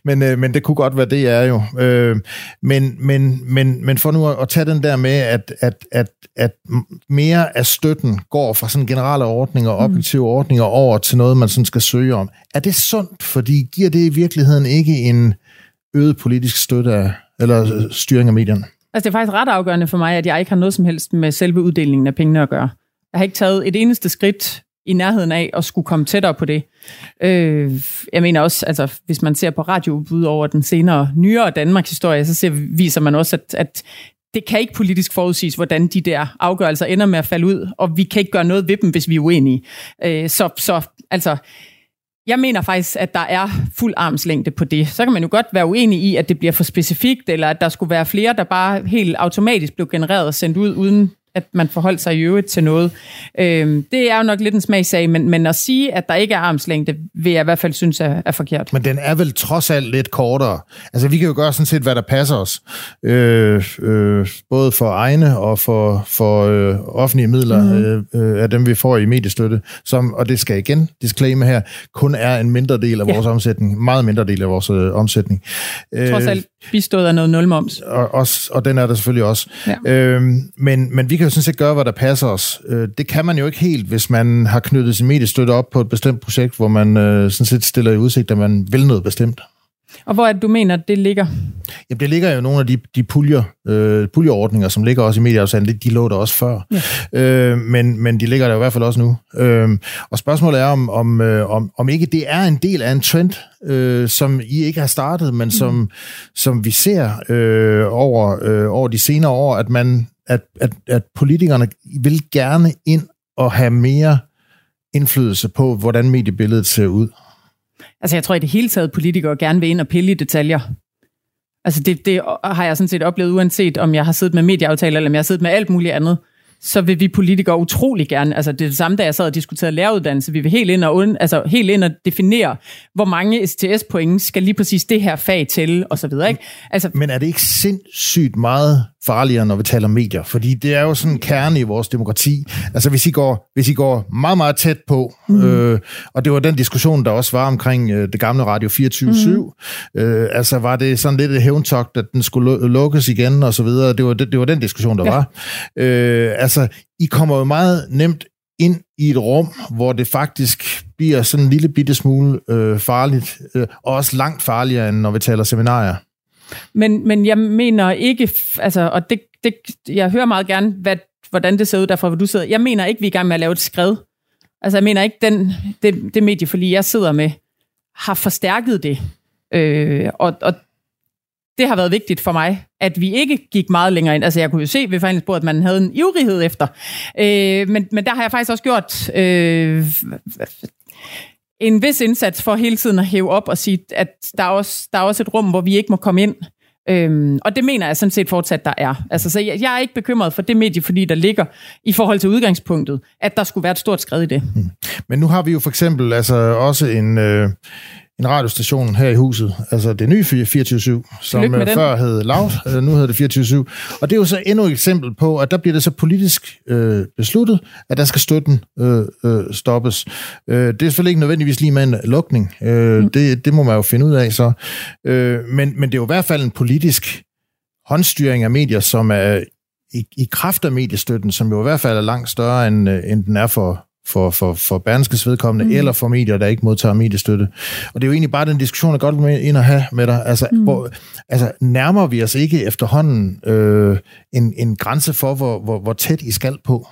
men, øh, men det kunne godt være, det er jo. Øh, men, men, men, men for nu at, at tage den der med, at, at, at, at mere af støtten går fra sådan generelle ordninger og objektive mm. ordninger over til noget, man sådan skal søge om. Er det sundt? Fordi giver det i virkeligheden ikke en øget politisk støtte af, eller styring af medierne? Altså det er faktisk ret afgørende for mig, at jeg ikke har noget som helst med selve uddelingen af pengene at gøre. Jeg har ikke taget et eneste skridt i nærheden af at skulle komme tættere på det. Øh, jeg mener også, altså hvis man ser på radioudbud over den senere, nyere Danmarks historie, så ser, viser man også, at, at det kan ikke politisk forudsiges, hvordan de der afgørelser ender med at falde ud, og vi kan ikke gøre noget ved dem, hvis vi er uenige. Øh, så, så altså... Jeg mener faktisk, at der er fuld armslængde på det. Så kan man jo godt være uenig i, at det bliver for specifikt, eller at der skulle være flere, der bare helt automatisk blev genereret og sendt ud, uden at man forholdt sig i øvrigt til noget. Øhm, det er jo nok lidt en smagssag, men, men at sige, at der ikke er armslængde, vil jeg i hvert fald synes er, er forkert. Men den er vel trods alt lidt kortere. Altså, vi kan jo gøre sådan set, hvad der passer os. Øh, øh, både for egne og for, for øh, offentlige midler mm. øh, af dem, vi får i mediestøtte, som, og det skal igen disclaimer her, kun er en mindre del af vores ja. omsætning. Meget mindre del af vores øh, omsætning. Trods alt bistået af noget nulmoms. Og, og, og den er der selvfølgelig også. Ja. Øh, men, men vi kan jo sådan set gøre, hvad der passer os. Det kan man jo ikke helt, hvis man har knyttet sin mediestøtte op på et bestemt projekt, hvor man øh, sådan set stiller i udsigt, at man vil noget bestemt. Og hvor er det, du mener, det ligger? Jamen, det ligger jo nogle af de, de puljer, øh, puljeordninger, som ligger også i medieaftalen. De, de lå der også før. Ja. Øh, men, men de ligger der i hvert fald også nu. Øh, og spørgsmålet er, om, om, øh, om, om ikke det er en del af en trend, øh, som I ikke har startet, men som, mm. som vi ser øh, over, øh, over de senere år, at man At, at, at politikerne vil gerne ind og have mere indflydelse på, hvordan mediebilledet ser ud. Altså jeg tror i det hele taget, politikere gerne vil ind og pille i detaljer. Altså det, det har jeg sådan set oplevet, uanset om jeg har siddet med medieaftaler, eller om jeg har siddet med alt muligt andet, så vil vi politikere utrolig gerne, altså det er det samme, da jeg sad og diskuterede læreruddannelse, vi vil helt ind og, und, altså helt ind og definere, hvor mange S T S-point skal lige præcis det her fag til, og så videre, ikke? Altså, men er det ikke sindssygt meget farligere, når vi taler medier? Fordi det er jo sådan en kerne i vores demokrati. Altså hvis I går, hvis I går meget, meget tæt på, mm. øh, og det var den diskussion, der også var omkring øh, det gamle Radio fireogtyve syv, mm. øh, altså var det sådan lidt et hævntogt, at den skulle lukkes igen, og så videre. Det var, det, det var den diskussion, der ja. var. Øh, altså, I kommer jo meget nemt ind i et rum, hvor det faktisk bliver sådan en lille bitte smule øh, farligt, øh, og også langt farligere, end når vi taler seminarier. Men, men jeg mener ikke, altså, og det, det, jeg hører meget gerne, hvad, hvordan det ser ud derfra, hvor du sidder. Jeg mener ikke, vi er i gang med at lave et skred. Altså, jeg mener ikke, den, det, det medieforlig, jeg sidder med, har forstærket det. Øh, og, og det har været vigtigt for mig, at vi ikke gik meget længere ind. Altså, jeg kunne jo se ved forhandlingsbordet, at man havde en ivrighed efter. Øh, men, men der har jeg faktisk også gjort øh, en vis indsats for hele tiden at hæve op og sige, at der er også, der er også et rum, hvor vi ikke må komme ind. Øhm, og det mener jeg sådan set fortsat, der er. Altså, så jeg, jeg er ikke bekymret for det medie, fordi der ligger i forhold til udgangspunktet, at der skulle være et stort skred i det. Hmm. Men nu har vi jo for eksempel altså også en... Øh en radiostation her i huset, altså det nye fireogtyve syv, som før hed Loud, nu hedder det fireogtyve syv. Og det er jo så endnu et eksempel på, at der bliver det så politisk øh, besluttet, at der skal støtten øh, øh, stoppes. Øh, det er selvfølgelig ikke nødvendigvis lige med en lukning. Øh, mm. det, det må man jo finde ud af så. Øh, men, men det er jo i hvert fald en politisk håndstyring af medier, som er i, i kraft af mediestøtten, som jo i hvert fald er langt større, end, end den er for for, for, for Berlingskes vedkommende, mm. eller for medier, der ikke modtager mediestøtte. Og det er jo egentlig bare den diskussion, jeg godt vil ind at have med dig. Altså, mm. hvor, altså nærmer vi os ikke efterhånden øh, en, en grænse for, hvor, hvor, hvor tæt I skal på?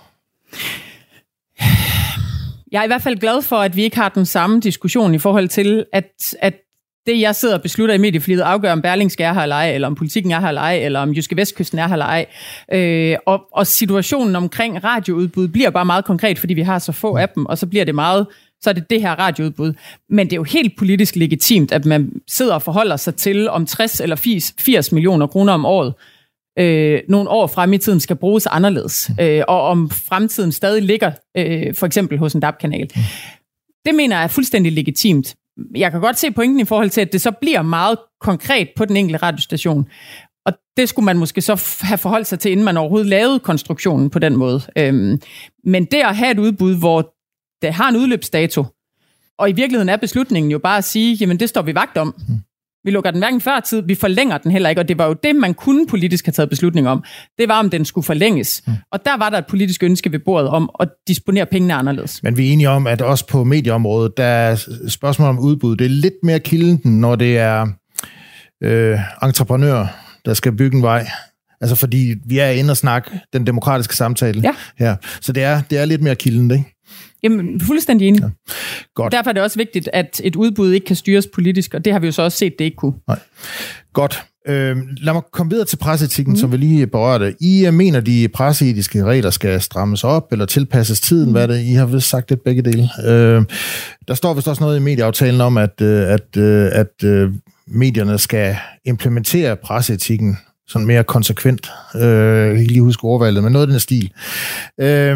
Jeg er i hvert fald glad for, at vi ikke har den samme diskussion i forhold til, at, at det, jeg sidder og beslutter i medieforliget, afgør, om Berlingske er her eller ej, eller om Politikken er her eller ej, eller om Jyske Vestkysten er her eller ej. Øh, og, og situationen omkring radioudbud bliver bare meget konkret, fordi vi har så få af dem, og så bliver det meget, så er det det her radioudbud. Men det er jo helt politisk legitimt, at man sidder og forholder sig til, om tres eller firs millioner kroner om året, øh, nogle år frem i tiden skal bruges anderledes, øh, og om fremtiden stadig ligger, øh, for eksempel hos en D A B-kanal. Det mener jeg er fuldstændig legitimt. Jeg kan godt se pointen i forhold til, at det så bliver meget konkret på den enkelte radiostation. Og det skulle man måske så have forholdt sig til, inden man overhovedet lavede konstruktionen på den måde. Øhm, men det at have et udbud, hvor det har en udløbsdato, og i virkeligheden er beslutningen jo bare at sige, jamen det står vi vagt om. Vi lukker den hverken før tid, vi forlænger den heller ikke, og det var jo det, man kunne politisk have taget beslutning om. Det var, om den skulle forlænges. Mm. Og der var der et politisk ønske ved bordet om at disponere pengene anderledes. Men vi er enige om, at også på medieområdet, der er spørgsmål om udbud. Det er lidt mere kilden, når det er øh, entreprenører, der skal bygge en vej. Altså fordi vi er inde og snakke den demokratiske samtale ja. her. Så det er, det er lidt mere kilden, ikke? Jamen, fuldstændig enig. Ja. Godt. Derfor er det også vigtigt, at et udbud ikke kan styres politisk, og det har vi jo så også set, det ikke kunne. Nej. Godt. Øh, lad mig komme videre til presseetikken, mm. som vi lige berørte. I mener, de presseetiske regler skal strammes op eller tilpasses tiden, mm. hvad det? I har vist sagt lidt begge dele. Øh, der står vist også noget i medieaftalen om, at, at, at, at medierne skal implementere presseetikken sådan mere konsekvent. Øh, jeg kan ikke lige huske ordvalget, men noget af den stil. Øh,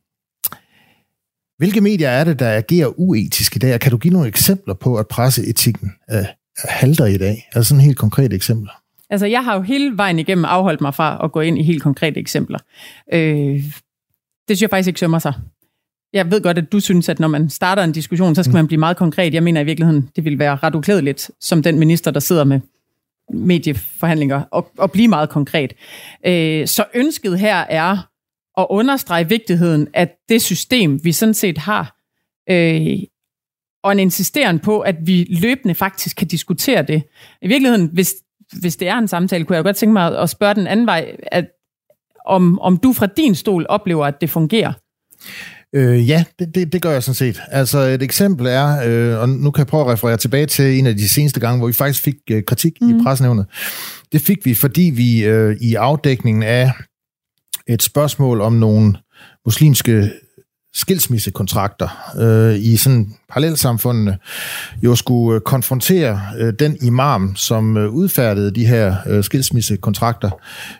Hvilke medier er det, der agerer uetisk i dag? Kan du give nogle eksempler på, at presseetikken øh, halter i dag? Altså sådan helt konkrete eksempler. Altså, jeg har jo hele vejen igennem afholdt mig fra at gå ind i helt konkrete eksempler. Øh, det synes jeg faktisk ikke sømmer sig. Jeg ved godt, at du synes, at når man starter en diskussion, så skal man blive meget konkret. Jeg mener i virkeligheden, det vil være ret uklædeligt, som den minister, der sidder med medieforhandlinger, og, og blive meget konkret. Øh, så ønsket her er at understrege vigtigheden af det system, vi sådan set har, øh, og en insisteren på, at vi løbende faktisk kan diskutere det. I virkeligheden, hvis, hvis det er en samtale, kunne jeg godt tænke mig at spørge den anden vej, at om, om du fra din stol oplever, at det fungerer. Øh, ja, det, det, det gør jeg sådan set. Altså et eksempel er, øh, og nu kan jeg prøve at referere tilbage til en af de seneste gange, hvor vi faktisk fik øh, kritik mm. i Pressenævnet. Det fik vi, fordi vi øh, i afdækningen af et spørgsmål om nogle muslimske skilsmissekontrakter øh, i sådan parallelsamfundene jo skulle øh, konfrontere øh, den imam, som øh, udfærdede de her øh, skilsmissekontrakter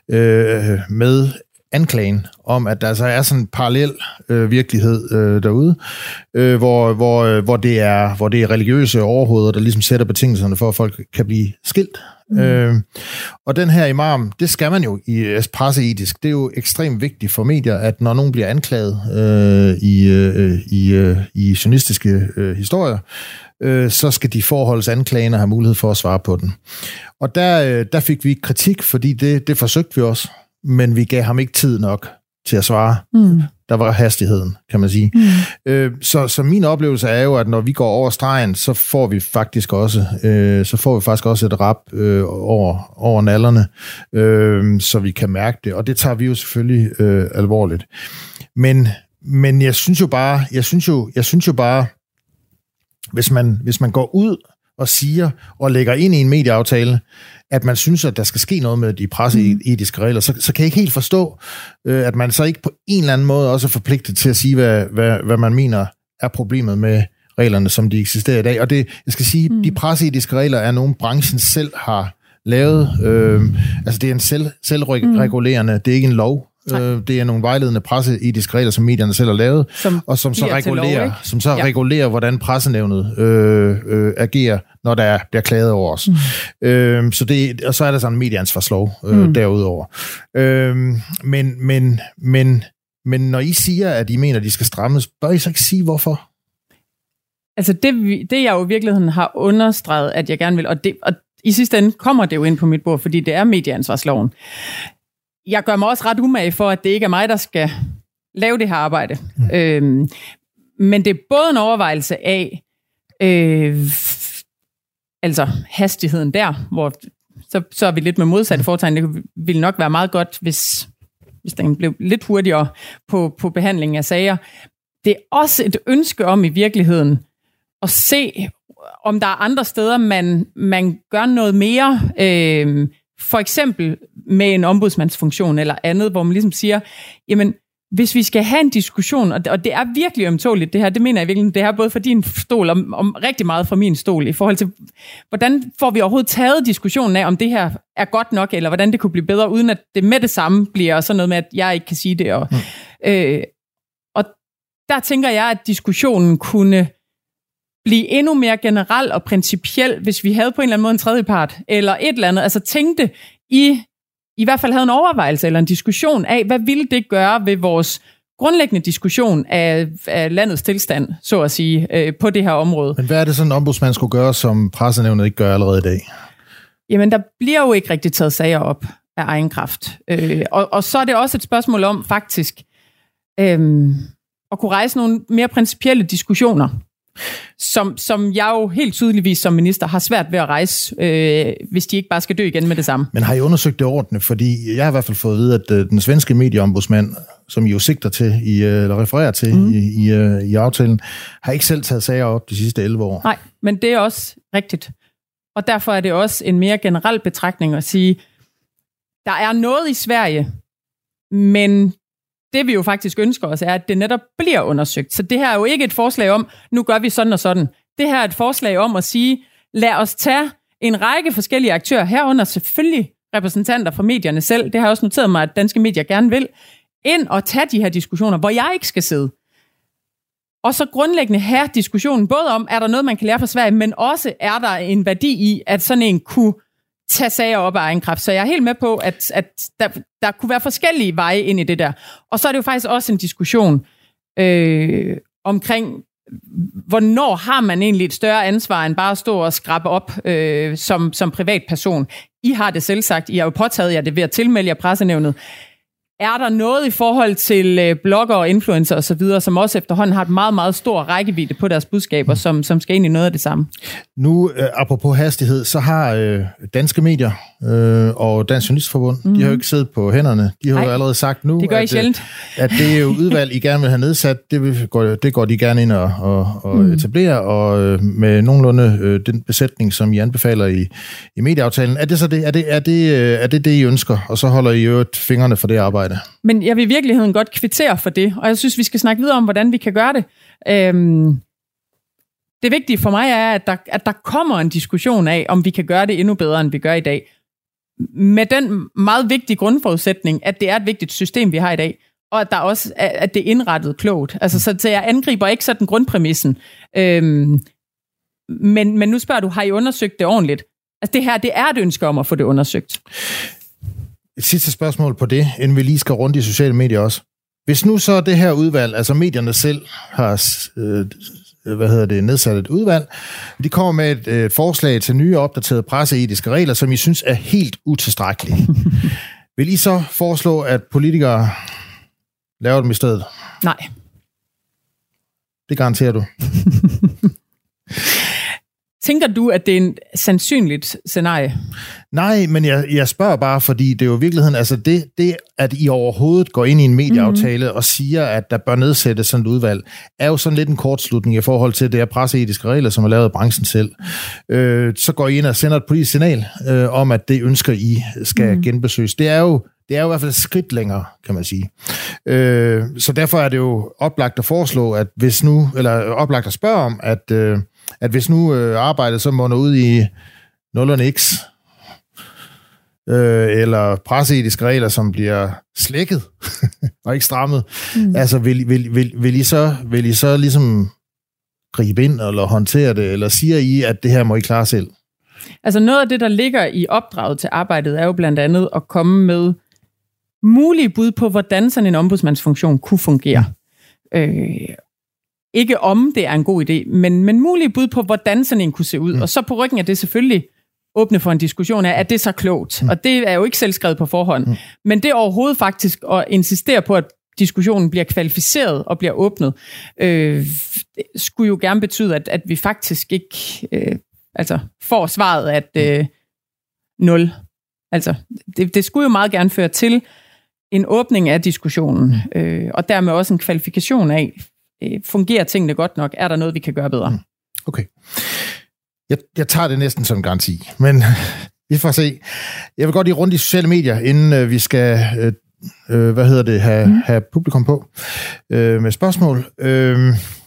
øh, med anklagen om, at der altså er sådan en parallel øh, virkelighed øh, derude, øh, hvor, hvor, øh, hvor, det er, hvor det er religiøse overhoveder, der ligesom sætter betingelserne for, at folk kan blive skilt. Mm. Øh, og den her imam, det skal man jo i presseetisk. Det er jo ekstremt vigtigt for medier, at når nogen bliver anklaget øh, i, øh, i, øh, i journalistiske øh, historier, øh, så skal de forholdes anklagen og have mulighed for at svare på den. Og der, øh, der fik vi kritik, fordi det, det forsøgte vi også, men vi gav ham ikke tid nok til at svare. Mm. Der var hastigheden, kan man sige. Mm. Øh, så, så min oplevelse er jo, at når vi går over stregen, så får vi faktisk også, øh, så får vi faktisk også et rap øh, over, over nallerne, øh, så vi kan mærke det. Og det tager vi jo selvfølgelig øh, alvorligt. Men, men jeg synes jo bare, jeg synes jo, jeg synes jo bare, hvis man, hvis man går ud og siger og lægger ind i en medieaftale, at man synes, at der skal ske noget med de presseetiske regler, så, så kan jeg ikke helt forstå, øh, at man så ikke på en eller anden måde også er forpligtet til at sige, hvad, hvad, hvad man mener er problemet med reglerne, som de eksisterer i dag. Og det, jeg skal sige, mm. de presseetiske regler er nogle, branchen selv har lavet. Øh, altså det er en selv, selvregulerende, mm. det er ikke en lov. Øh, det er nogle vejledende presseetiske regler, som medierne selv har lavet, som og som så regulerer, lov, som så ja. regulerer, hvordan pressenævnet øh, øh, agerer, når der er, bliver klaget over os. Mm. Øh, så det, og så er der sådan en medieansvarslov øh, mm. derudover. Øh, men, men, men, men når I siger, at I mener, at de skal strammes, bør I så ikke sige, hvorfor? Altså det, det jeg jo i virkeligheden har understreget, at jeg gerne vil, og, det, og i sidste ende kommer det jo ind på mit bord, fordi det er medieansvarsloven. Jeg gør mig også ret umage for, at det ikke er mig, der skal lave det her arbejde. Mm. Øhm, men det er både en overvejelse af øh, altså hastigheden der, hvor så, så er vi lidt med modsatte foretegn. Det ville nok være meget godt, hvis, hvis den blev lidt hurtigere på, på behandlingen af sager. Det er også et ønske om i virkeligheden at se, om der er andre steder, man, man gør noget mere, øh, for eksempel med en ombudsmandsfunktion eller andet, hvor man ligesom siger, jamen, hvis vi skal have en diskussion, og det er virkelig ømtåligt det her, det mener jeg virkelig, det er både fra din stol, og om rigtig meget fra min stol, i forhold til, hvordan får vi overhovedet taget diskussionen af, om det her er godt nok, eller hvordan det kunne blive bedre, uden at det med det samme bliver sådan noget med, at jeg ikke kan sige det. Og, mm. øh, og der tænker jeg, at diskussionen kunne blive endnu mere generel og principiel, hvis vi havde på en eller anden måde en tredjepart, eller et eller andet, altså tænkte i, i hvert fald havde en overvejelse eller en diskussion af, hvad ville det gøre ved vores grundlæggende diskussion af, af landets tilstand, så at sige, øh, på det her område. Men hvad er det sådan, en ombudsmand skulle gøre, som pressenævnet ikke gør allerede i dag? Jamen, der bliver jo ikke rigtig taget sager op af egen kraft. Øh, og, og så er det også et spørgsmål om faktisk øh, at kunne rejse nogle mere principielle diskussioner, som, som jeg jo helt tydeligvis som minister har svært ved at rejse, øh, hvis de ikke bare skal dø igen med det samme. Men har I undersøgt det ordentligt? Fordi jeg har i hvert fald fået at vide, at øh, den svenske medieombudsmand, som I jo sigter til, I, eller refererer til mm. i, i, i aftalen, har ikke selv taget sager op de sidste elleve år. Nej, men det er også rigtigt. Og derfor er det også en mere generel betragtning at sige, der er noget i Sverige, men det vi jo faktisk ønsker os er, at det netop bliver undersøgt. Så det her er jo ikke et forslag om, nu gør vi sådan og sådan. Det her er et forslag om at sige, lad os tage en række forskellige aktører, herunder selvfølgelig repræsentanter fra medierne selv, det har jeg også noteret mig, at danske medier gerne vil, ind og tage de her diskussioner, hvor jeg ikke skal sidde. Og så grundlæggende have diskussionen, både om, er der noget, man kan lære fra Sverige, men også er der en værdi i, at sådan en kunne tage sager op af egen kraft. Så jeg er helt med på, at, at der, der kunne være forskellige veje ind i det der. Og så er det jo faktisk også en diskussion øh, omkring, hvornår har man egentlig et større ansvar, end bare at stå og skrabe op øh, som, som privatperson. I har det selv sagt, I har jo påtaget jer det ved at tilmelde jer pressenævnet. Er der noget i forhold til øh, blogger og influencer og så videre, som også efterhånden har et meget, meget stor rækkevidde på deres budskaber, som, som skal ind i noget af det samme? Nu, øh, apropos hastighed, så har øh, danske medier øh, og Dansk Journalistforbund, mm-hmm. de har jo ikke siddet på hænderne. De har Ej, jo allerede sagt nu, det gør I at, sjældent. at det er jo udvalg, I gerne vil have nedsat. Det, vil, går, det går de gerne ind og, og, og mm. etablere, og øh, med nogenlunde øh, den besætning, som I anbefaler i, i medieaftalen. Er det så det, er det, er det, øh, er det, det, I ønsker? Og så holder I jo fingrene for det arbejde. Men jeg vil i virkeligheden godt kvittere for det, og jeg synes, vi skal snakke videre om, hvordan vi kan gøre det. Øhm, det vigtige for mig er, at der, at der kommer en diskussion af, om vi kan gøre det endnu bedre, end vi gør i dag. Med den meget vigtige grundforudsætning, at det er et vigtigt system, vi har i dag, og at der også er, at det er indrettet klogt. Altså, så, så jeg angriber ikke sådan grundpræmissen. Øhm, men, men nu spørger du, har I undersøgt det ordentligt? Altså, det her, det er et ønske om at få det undersøgt. Et sidste spørgsmål på det, inden vi lige skal rundt i sociale medier også. Hvis nu så det her udvalg, altså medierne selv har øh, hvad hedder det, nedsat et udvalg, de kommer med et øh, forslag til nye opdaterede presseetiske regler, som I synes er helt utilstrækkelige. Vil I så foreslå, at politikere laver dem i stedet? Nej. Det garanterer du. Tænker du, at det er et sandsynligt scenarie? Nej, men jeg, jeg spørger bare, fordi det er jo i virkeligheden, altså det, det, at I overhovedet går ind i en medieaftale mm-hmm. og siger, at der bør nedsættes sådan et udvalg, er jo sådan lidt en kortslutning i forhold til det her presseetiske regler, som er lavet af branchen selv. Øh, så går I ind og sender et politisk signal øh, om, at det ønsker I skal mm-hmm. genbesøges. Det er jo Det er jo i hvert fald et skridt længere, kan man sige. Øh, så derfor er det jo oplagt at foreslå, at hvis nu, eller oplagt at spørge om, at, øh, at hvis nu øh, arbejdet så munder ud i nullerne X, øh, eller presseetiske regler, som bliver slækket og ikke strammet, mm. altså vil, vil, vil, vil, I så, vil I så ligesom gribe ind eller håndtere det, eller siger I, at det her må I klare selv? Altså noget af det, der ligger i opdraget til arbejdet, er jo blandt andet at komme med mulige bud på, hvordan sådan en ombudsmandsfunktion kunne fungere. Øh, ikke om det er en god idé, men, men mulige bud på, hvordan sådan en kunne se ud. Mm. Og så på ryggen er det selvfølgelig åbne for en diskussion af, at det er så klogt. Mm. Og det er jo ikke selv skrevet på forhånd. Mm. Men det er overhovedet faktisk at insistere på, at diskussionen bliver kvalificeret og bliver åbnet, øh, skulle jo gerne betyde, at, at vi faktisk ikke øh, altså får svaret, at øh, nul. Altså, det, det skulle jo meget gerne føre til en åbning af diskussionen, øh, og dermed også en kvalifikation af, øh, fungerer tingene godt nok? Er der noget, vi kan gøre bedre? Okay. Jeg, jeg tager det næsten som en garanti, men vi får se. Jeg vil godt lige rundt i sociale medier, inden øh, vi skal øh, øh, hvad hedder det, have, mm. have publikum på øh, med spørgsmål. Øh,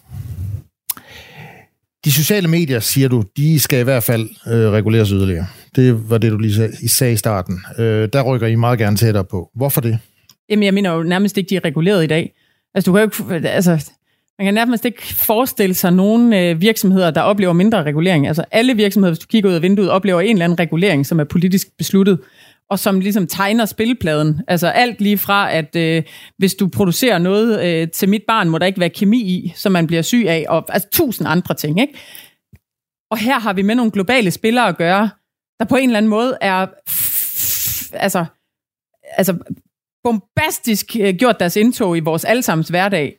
de sociale medier, siger du, de skal i hvert fald øh, reguleres yderligere. Det var det, du lige sagde, I sagde i starten. Øh, der rykker I meget gerne tættere på. Hvorfor det? Jamen, jeg mener jo nærmest ikke, de er reguleret i dag. Altså, du kan jo ikke, altså, man kan nærmest ikke forestille sig nogen øh, virksomheder, der oplever mindre regulering. Altså, alle virksomheder, hvis du kigger ud af vinduet, oplever en eller anden regulering, som er politisk besluttet, og som ligesom tegner spillepladen. Altså, alt lige fra, at øh, hvis du producerer noget øh, til mit barn, må der ikke være kemi i, som man bliver syg af, og altså tusind andre ting, ikke? Og her har vi med nogle globale spillere at gøre, der på en eller anden måde er f- altså, altså bombastisk gjort deres indtog i vores allesammens hverdag.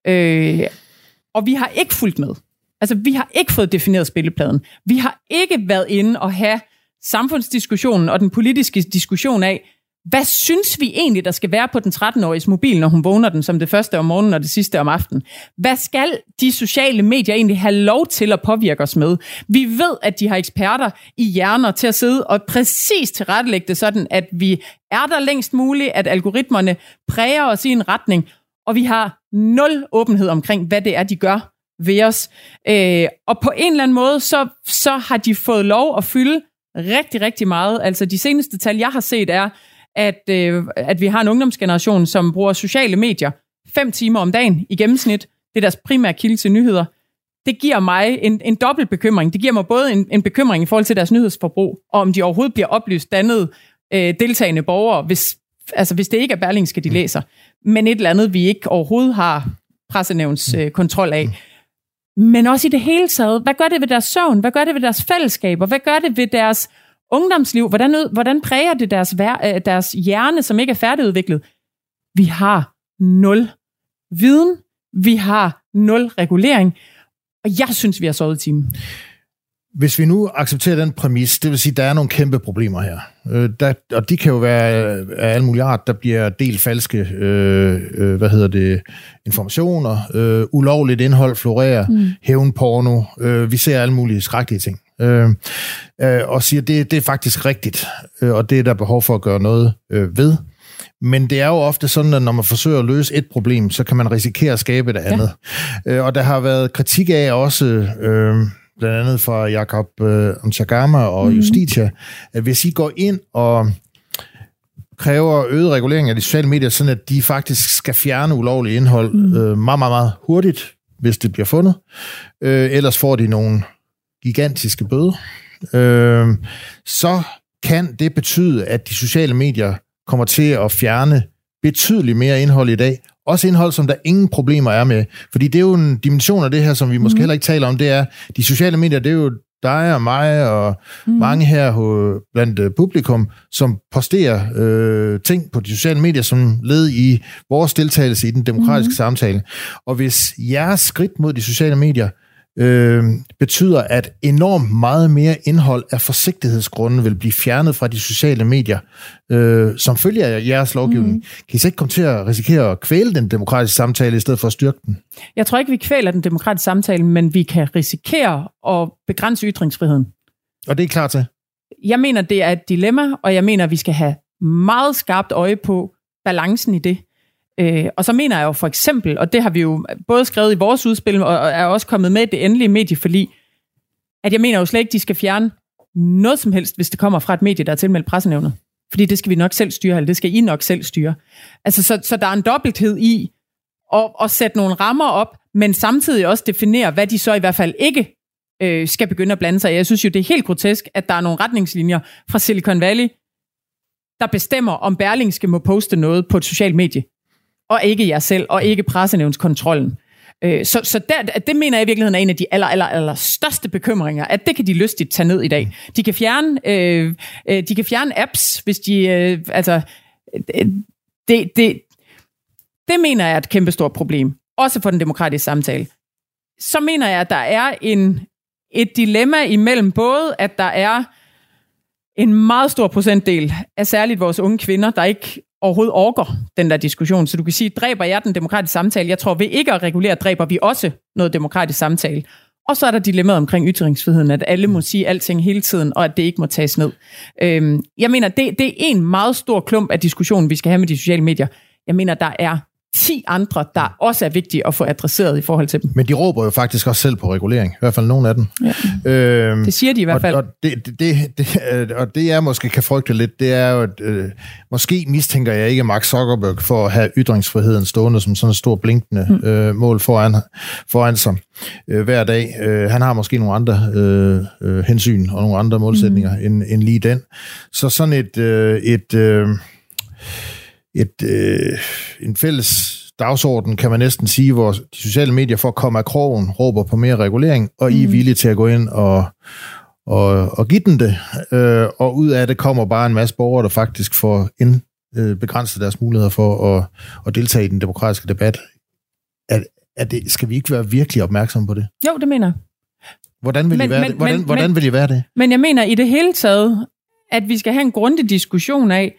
Øh, og vi har ikke fulgt med. Altså, vi har ikke fået defineret spillepladen. Vi har ikke været inde og have samfundsdiskussionen og den politiske diskussion af, hvad synes vi egentlig, der skal være på den tretten-åriges mobil, når hun vågner den som det første om morgenen og det sidste om aftenen? Hvad skal de sociale medier egentlig have lov til at påvirke os med? Vi ved, at de har eksperter i hjerner til at sidde og præcis tilrettelægge det sådan, at vi er der længst muligt, at algoritmerne præger os i en retning, og vi har nul åbenhed omkring, hvad det er, de gør ved os. Øh, og på en eller anden måde, så, så har de fået lov at fylde rigtig, rigtig meget. Altså de seneste tal, jeg har set, er, at, øh, at vi har en ungdomsgeneration, som bruger sociale medier fem timer om dagen i gennemsnit. Det er deres primære kilde til nyheder. Det giver mig en, en dobbelt bekymring. Det giver mig både en, en bekymring i forhold til deres nyhedsforbrug, og om de overhovedet bliver oplyst dannede øh, deltagende borgere, hvis, altså, hvis det ikke er Berlingske, de læser, men et eller andet, vi ikke overhovedet har pressenævns øh, kontrol af. Men også i det hele taget, hvad gør det ved deres søvn? Hvad gør det ved deres fællesskaber? Hvad gør det ved deres ungdomsliv? Hvordan, hvordan præger det deres, deres hjerne, som ikke er færdigudviklet? Vi har nul viden. Vi har nul regulering. Og jeg synes, vi har sovet i timen. Hvis vi nu accepterer den præmis, det vil sige, at der er nogle kæmpe problemer her. Øh, der, og de kan jo være af alle mulige art. Der bliver delt falske øh, øh, hvad hedder det, informationer, øh, ulovligt indhold florerer, mm. hævnporno, øh, vi ser alle mulige skrækkelige ting. Øh, øh, og siger, at det, det er faktisk rigtigt, øh, og det er der behov for at gøre noget øh, ved. Men det er jo ofte sådan, at når man forsøger at løse et problem, så kan man risikere at skabe et andet. Ja. Øh, og der har været kritik af også... Øh, blandt andet fra Jakob øh, Mchagama og mm. Justitia, at hvis I går ind og kræver øget regulering af de sociale medier, sådan at de faktisk skal fjerne ulovligt indhold mm. øh, meget, meget, meget hurtigt, hvis det bliver fundet. Øh, ellers får de nogle gigantiske bøder. Øh, så kan det betyde, at de sociale medier kommer til at fjerne betydeligt mere indhold i dag. Også indhold, som der ingen problemer er med. Fordi det er jo en dimension af det her, som vi måske mm. heller ikke taler om. Det er, de sociale medier, det er jo dig og mig og mm. mange her blandt publikum, som posterer øh, ting på de sociale medier, som led i vores deltagelse i den demokratiske mm. samtale. Og hvis jeres skridt mod de sociale medier øh, betyder, at enormt meget mere indhold af forsigtighedsgrunde vil blive fjernet fra de sociale medier, øh, som følger af jeres lovgivning, mm. kan I så ikke komme til at risikere at kvæle den demokratiske samtale, i stedet for at styrke den? Jeg tror ikke, vi kvæler den demokratiske samtale, men vi kan risikere at begrænse ytringsfriheden. Og det er klar til? Jeg mener, det er et dilemma, og jeg mener, at vi skal have meget skarpt øje på balancen i det. Øh, og så mener jeg jo for eksempel, og det har vi jo både skrevet i vores udspil, og er også kommet med i det endelige medieforlig, at jeg mener jo slet ikke, de skal fjerne noget som helst, hvis det kommer fra et medie, der er tilmeldt pressenævnet. Fordi det skal vi nok selv styre, eller det skal I nok selv styre. Altså, så, så der er en dobbelthed i at, at sætte nogle rammer op, men samtidig også definere, hvad de så i hvert fald ikke øh, skal begynde at blande sig i. Jeg synes jo, det er helt grotesk, at der er nogle retningslinjer fra Silicon Valley, der bestemmer, om Berlingske må poste noget på et socialt medie. Og ikke jer selv, og ikke pressenævnskontrollen. Så, så der, det mener jeg i virkeligheden er en af de aller, aller, aller største bekymringer, at det kan de lystigt tage ned i dag. De kan fjerne, øh, de kan fjerne apps, hvis de... Øh, altså, det, det, det mener jeg er et kæmpestort problem. Også for den demokratiske samtale. Så mener jeg, at der er en, et dilemma imellem både, at der er en meget stor procentdel af særligt vores unge kvinder, der ikke overhovedet orker den der diskussion. Så du kan sige, dræber jeg den demokratiske samtale? Jeg tror, ved ikke at regulere, dræber vi også noget demokratisk samtale. Og så er der dilemmaet omkring ytringsfriheden, at alle må sige alting hele tiden, og at det ikke må tages ned. Øhm, jeg mener, det, det er en meget stor klump af diskussionen, vi skal have med de sociale medier. Jeg mener, der er ti andre, der også er vigtige at få adresseret i forhold til dem. Men de råber jo faktisk også selv på regulering. I hvert fald nogle af dem. Ja. Øhm, det siger de i hvert fald. Og, og, det, det, det, og det jeg måske kan frygte lidt, det er jo, at øh, måske mistænker jeg ikke Mark Zuckerberg for at have ytringsfriheden stående som sådan et stort blinkende mm. øh, mål foran, foran sig øh, hver dag. Øh, han har måske nogle andre øh, øh, hensyn og nogle andre målsætninger mm. end, end lige den. Så sådan et... Øh, et øh, Et, øh, en fælles dagsorden, kan man næsten sige, hvor de sociale medier for at komme af krogen råber på mere regulering, og mm. I er villige til at gå ind og, og, og give den det. Øh, og ud af det kommer bare en masse borgere, der faktisk får ind, øh, begrænset deres muligheder for at, at deltage i den demokratiske debat. Er, er det, skal vi ikke være virkelig opmærksomme på det? Jo, det mener jeg. Hvordan vil, men, I, være men, det? Hvordan, men, hvordan vil I være det? Men jeg mener i det hele taget, at vi skal have en grundig diskussion af,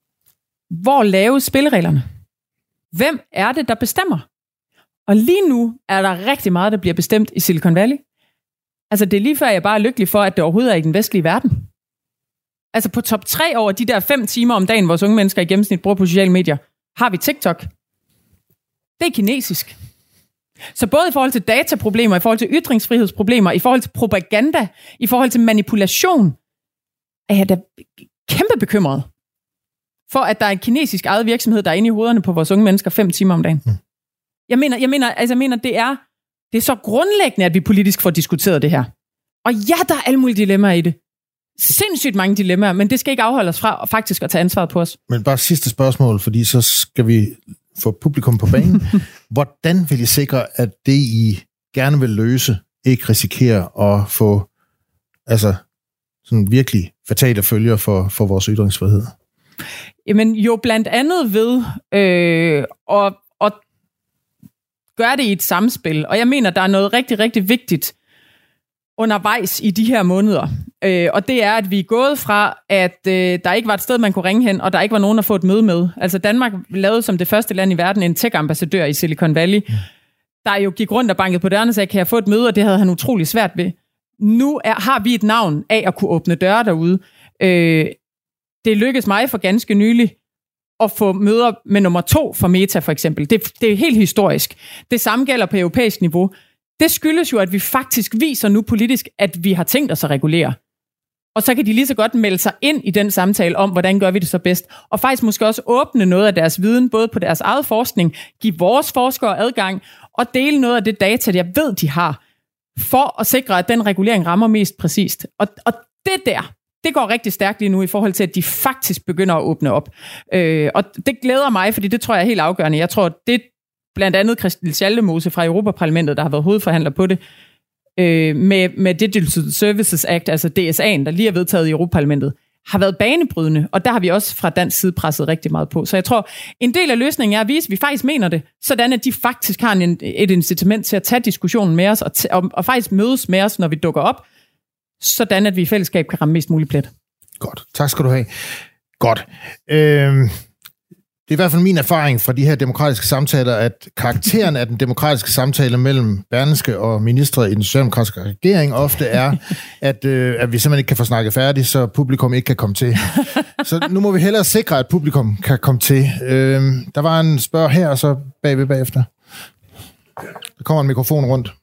hvor laves spillereglerne? Hvem er det, der bestemmer? Og lige nu er der rigtig meget, der bliver bestemt i Silicon Valley. Altså det er lige før, jeg bare er lykkelig for, at det overhovedet er i den vestlige verden. Altså på top tre over de der fem timer om dagen, vores unge mennesker i gennemsnit bruger på sociale medier, har vi TikTok. Det er kinesisk. Så både i forhold til dataproblemer, i forhold til ytringsfrihedsproblemer, i forhold til propaganda, i forhold til manipulation, er jeg da kæmpe bekymret for, at der er en kinesisk ejet virksomhed, der er inde i hovederne på vores unge mennesker fem timer om dagen. Mm. Jeg mener, jeg mener, altså jeg mener, det er, det er så grundlæggende, at vi politisk får diskuteret det her. Og ja, der er alle mulige dilemmaer i det. Sindssygt mange dilemmaer, men det skal ikke afholde os fra faktisk at tage ansvaret på os. Men bare sidste spørgsmål, fordi så skal vi få publikum på banen. Hvordan vil I sikre, at det, I gerne vil løse, ikke risikerer at få altså, sådan virkelig fatale følger for, for vores ytringsfrihed? Jamen jo blandt andet ved øh, at, at gøre det i et samspil. Og jeg mener, der er noget rigtig, rigtig vigtigt undervejs i de her måneder. Øh, og det er, at vi er gået fra, at øh, der ikke var et sted, man kunne ringe hen, og der ikke var nogen at få et møde med. Altså Danmark lavede som det første land i verden en tech-ambassadør i Silicon Valley, mm. der jo gik rundt og bankede på dørene og sagde, kan jeg få et møde, og det havde han utrolig svært ved. Nu er, har vi et navn af at kunne åbne døre derude. Øh, det lykkedes mig for ganske nylig at få møder med nummer to for Meta for eksempel. Det, det er helt historisk. Det samme gælder på europæisk niveau. Det skyldes jo, at vi faktisk viser nu politisk, at vi har tænkt os at regulere. Og så kan de lige så godt melde sig ind i den samtale om, hvordan gør vi det så bedst. Og faktisk måske også åbne noget af deres viden, både på deres eget forskning, give vores forskere adgang, og dele noget af det data, jeg ved, de har, for at sikre, at den regulering rammer mest præcist. Og, og det der, det går rigtig stærkt lige nu i forhold til, at de faktisk begynder at åbne op. Øh, og det glæder mig, fordi det tror jeg er helt afgørende. Jeg tror, det blandt andet Christel Schaldemose fra Europaparlamentet, der har været hovedforhandler på det, øh, med, med Digital Services Act, altså D S A'en, der lige er vedtaget i Europaparlamentet, har været banebrydende, og der har vi også fra dansk side presset rigtig meget på. Så jeg tror, en del af løsningen er at vise, at vi faktisk mener det, sådan at de faktisk har en, et incitament til at tage diskussionen med os, og, t- og, og faktisk mødes med os, når vi dukker op, sådan at vi i fællesskab kan ramme mest muligt plet. Godt. Tak skal du have. Godt. Øhm, det er i hvert fald min erfaring fra de her demokratiske samtaler, at karakteren af den demokratiske samtale mellem Berlingske og ministre i den socialdemokratiske regering ofte er, at, øh, at vi simpelthen ikke kan få snakket færdigt, så publikum ikke kan komme til. Så nu må vi hellere sikre, at publikum kan komme til. Øhm, der var en spørg her, og så bagved bagefter. Der kommer en mikrofon rundt.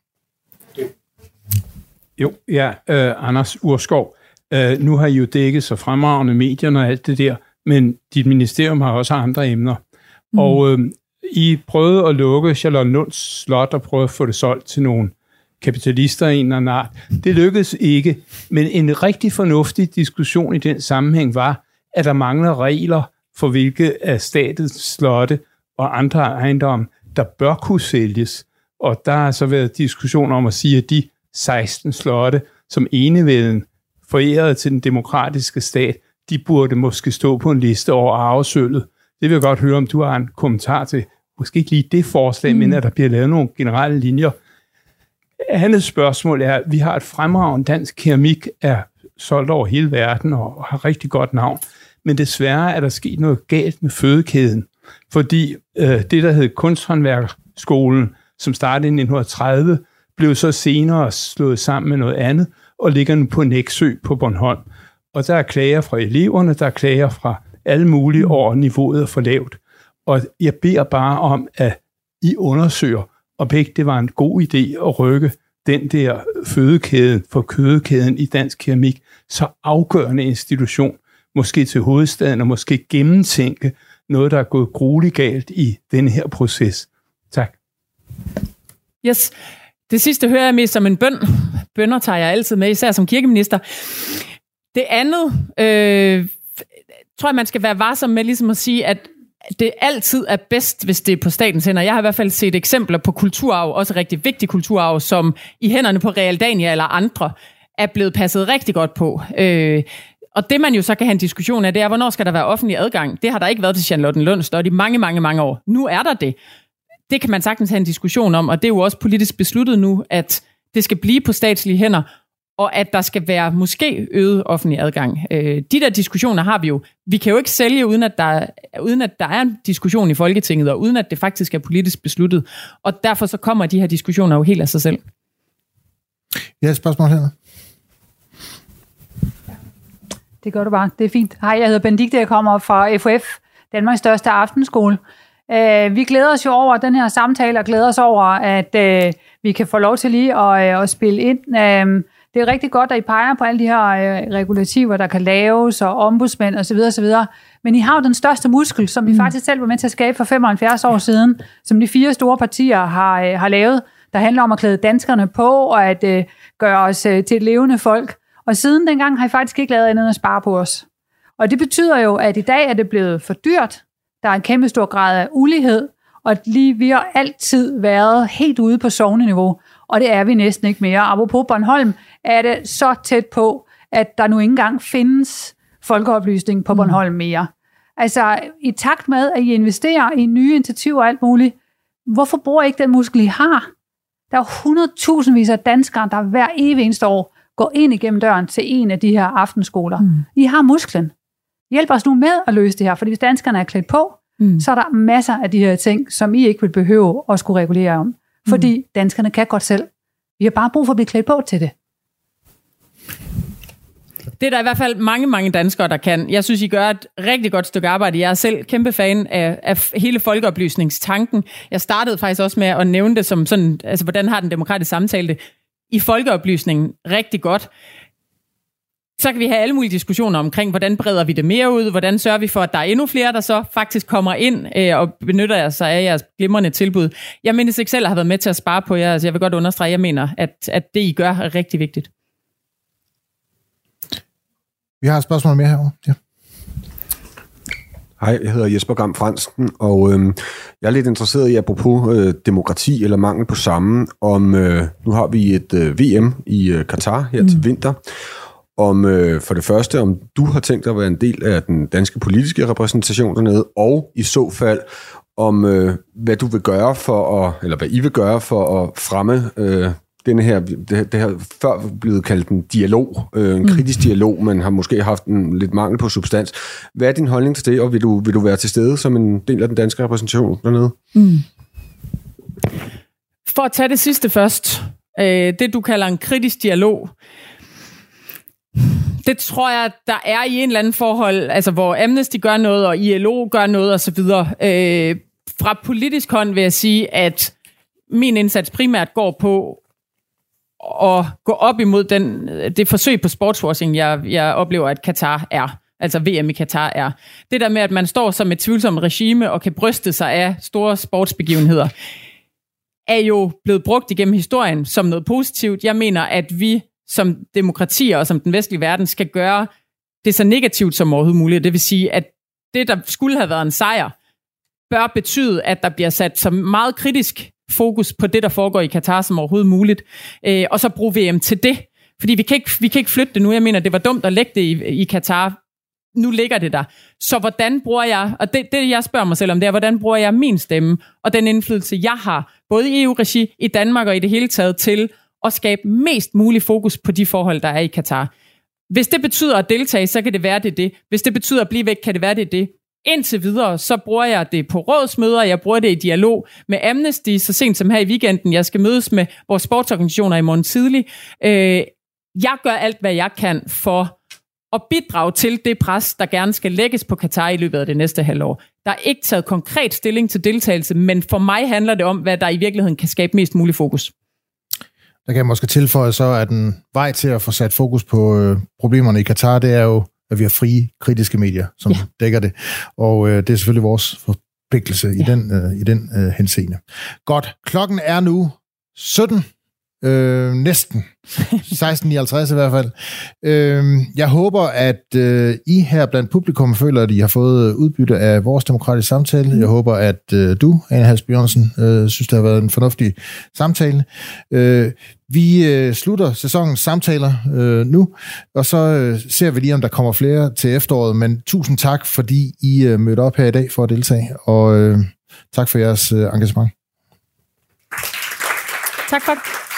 Jo, ja, øh, Anders Urskov. Øh, nu har I jo dækket så fremragende medierne og alt det der, men dit ministerium har også andre emner. Mm. Og øh, I prøvede at lukke Charlottenlunds Slot og prøvede at få det solgt til nogle kapitalister i en eller anden art. Det lykkedes ikke, men en rigtig fornuftig diskussion i den sammenhæng var, at der mangler regler for hvilke af statens slotte og andre ejendomme, der bør kunne sælges. Og der har så været diskussion om at sige, at de seksten slotte, som enevælden forærede til den demokratiske stat, de burde måske stå på en liste over arvesølvet. Det vil jeg godt høre, om du har en kommentar til. Måske ikke lige det forslag, mm. men at der bliver lavet nogle generelle linjer. Andet spørgsmål er, at vi har et fremragende dansk keramik, er solgt over hele verden og har rigtig godt navn. Men desværre er der sket noget galt med fødekæden. Fordi øh, det, der hed Kunsthåndværkerskolen, som startede i nitten tredive, blev så senere slået sammen med noget andet, og ligger nu på Nexø på Bornholm. Og der er klager fra eleverne, der er klager fra alle mulige over, niveauet er for lavt. Og jeg beder bare om, at I undersøger, om ikke det var en god idé at rykke den der fødekæden for kødekæden i dansk keramik, så afgørende institution, måske til hovedstaden, og måske gennemtænke noget, der er gået grueligt galt i den her proces. Tak. Yes. Det sidste hører jeg mest som en bøn. Bønner tager jeg altid med, især som kirkeminister. Det andet, øh, tror jeg, man skal være varsom med ligesom at sige, at det altid er bedst, hvis det er på statens hænder. Jeg har i hvert fald set eksempler på kulturarv, også rigtig vigtig kulturarv, som i hænderne på Realdania eller andre, er blevet passet rigtig godt på. Øh, og det man jo så kan have en diskussion af, det er, hvornår skal der være offentlig adgang? Det har der ikke været til Charlottenlund Slot i mange, mange, mange år. Nu er der det. Det kan man sagtens have en diskussion om, og det er jo også politisk besluttet nu, at det skal blive på statslige hænder, og at der skal være måske øget offentlig adgang. Øh, de der diskussioner har vi jo. Vi kan jo ikke sælge, uden at, der, uden at der er en diskussion i Folketinget, og uden at det faktisk er politisk besluttet. Og derfor så kommer de her diskussioner jo helt af sig selv. Ja, et spørgsmål her. Det gør du bare. Det er fint. Hej, jeg hedder Benedikte, jeg kommer fra F O F, Danmarks største aftenskole. Uh, vi glæder os jo over den her samtale, og glæder os over, at uh, vi kan få lov til lige at, uh, at spille ind. Uh, det er rigtig godt, at I peger på alle de her uh, regulativer, der kan laves, og ombudsmænd osv. osv. Men I har jo den største muskel, som I mm. faktisk selv var med til at skabe for femoghalvfjerds år siden, som de fire store partier har, uh, har lavet, der handler om at klæde danskerne på, og at uh, gøre os uh, til et levende folk. Og siden dengang har I faktisk ikke lavet andet end at spare på os. Og det betyder jo, at i dag er det blevet for dyrt. Der er en kæmpe stor grad af ulighed, og lige vi har altid været helt ude på sogneniveau, og det er vi næsten ikke mere. Apropos Bornholm er det så tæt på, at der nu ikke engang findes folkeoplysning på Bornholm mere. Altså i takt med, at I investerer i nye initiativer og alt muligt, hvorfor bruger I ikke den muskel, I har? Der er hundredtusindvis af danskere, der hver evig eneste år går ind igennem døren til en af de her aftenskoler. Mm. I har musklen. Hjælp os nu med at løse det her, fordi hvis danskerne er klædt på, mm. så er der masser af de her ting, som I ikke vil behøve at skulle regulere om. Fordi mm. danskerne kan godt selv. Vi har bare brug for at blive klædt på til det. Det er der i hvert fald mange, mange danskere, der kan. Jeg synes, I gør et rigtig godt stykke arbejde. Jeg er selv kæmpe fan af, af hele folkeoplysningstanken. Jeg startede faktisk også med at nævne det som sådan, altså hvordan har den demokratiske samtale det i folkeoplysningen rigtig godt. Så kan vi have alle mulige diskussioner omkring, hvordan breder vi det mere ud, hvordan sørger vi for, at der er endnu flere, der så faktisk kommer ind øh, og benytter sig af jeres glimrende tilbud. Jeg mindes ikke selv at have været med til at spare på jer, så jeg vil godt understrege, at jeg mener, at, at det, I gør, er rigtig vigtigt. Vi har et spørgsmål mere herovre. Ja. Hej, jeg hedder Jesper Gram Fransen, og øh, jeg er lidt interesseret i, apropos øh, demokrati eller mangel på samme, om øh, nu har vi et øh, V M i øh, Katar her mm. til vinter, om øh, for det første, om du har tænkt dig at være en del af den danske politiske repræsentation dernede, og i så fald, om øh, hvad du vil gøre for at, eller hvad I vil gøre for at fremme øh, denne her, det, det her før blevet kaldt en dialog, øh, en kritisk dialog, men har måske haft en lidt mangel på substans. Hvad er din holdning til det, og vil du, vil du være til stede som en del af den danske repræsentation dernede? Mm. For at tage det sidste først, øh, det du kalder en kritisk dialog, det tror jeg, der er i en eller anden forhold, altså hvor Amnesty gør noget, og I L O gør noget osv. Øh, fra politisk hånd vil jeg sige, at min indsats primært går på at gå op imod den, det forsøg på sportswashing, jeg, jeg oplever, at Katar er. Altså V M i Katar er. Det der med, at man står som et tvivlsomt regime og kan bryste sig af store sportsbegivenheder, er jo blevet brugt igennem historien som noget positivt. Jeg mener, at vi som demokratier og som den vestlige verden skal gøre det så negativt som overhovedet muligt. Det vil sige, at det, der skulle have været en sejr, bør betyde, at der bliver sat så meget kritisk fokus på det, der foregår i Katar som overhovedet muligt, øh, og så bruge V M til det. Fordi vi kan, ikke, vi kan ikke flytte det nu. Jeg mener, det var dumt at lægge det i, i Katar. Nu ligger det der. Så hvordan bruger jeg, og det, det jeg spørger mig selv om, det er, hvordan bruger jeg min stemme, og den indflydelse, jeg har, både i E U-regi, i Danmark og i det hele taget, til at skabe mest mulig fokus på de forhold, der er i Katar. Hvis det betyder at deltage, så kan det være det det. Hvis det betyder at blive væk, kan det være det det. Indtil videre, så bruger jeg det på rådsmøder, jeg bruger det i dialog med Amnesty, så sent som her i weekenden. Jeg skal mødes med vores sportsorganisationer i morgen tidlig. Øh, jeg gør alt, hvad jeg kan for at bidrage til det pres, der gerne skal lægges på Katar i løbet af det næste halvår. Der er ikke taget konkret stilling til deltagelse, men for mig handler det om, hvad der i virkeligheden kan skabe mest mulig fokus. Der kan jeg måske tilføje så, at en vej til at få sat fokus på øh, problemerne i Katar, det er jo, at vi har frie, kritiske medier, som ja. dækker det. Og øh, det er selvfølgelig vores forpligtelse ja. i den, øh, i den øh, henseende. Godt, klokken er nu sytten Øh, næsten. seksten nioghalvtreds i hvert fald. Øh, jeg håber, at øh, I her blandt publikum føler, at I har fået udbytte af vores demokratiske samtale. Jeg håber, at øh, du, Ane Halsby Jørgensen, øh, synes, det har været en fornuftig samtale. Øh, vi øh, slutter sæsonens samtaler øh, nu, og så øh, ser vi lige, om der kommer flere til efteråret. Men tusind tak, fordi I øh, mødte op her i dag for at deltage, og øh, tak for jeres øh, engagement. Tak for det.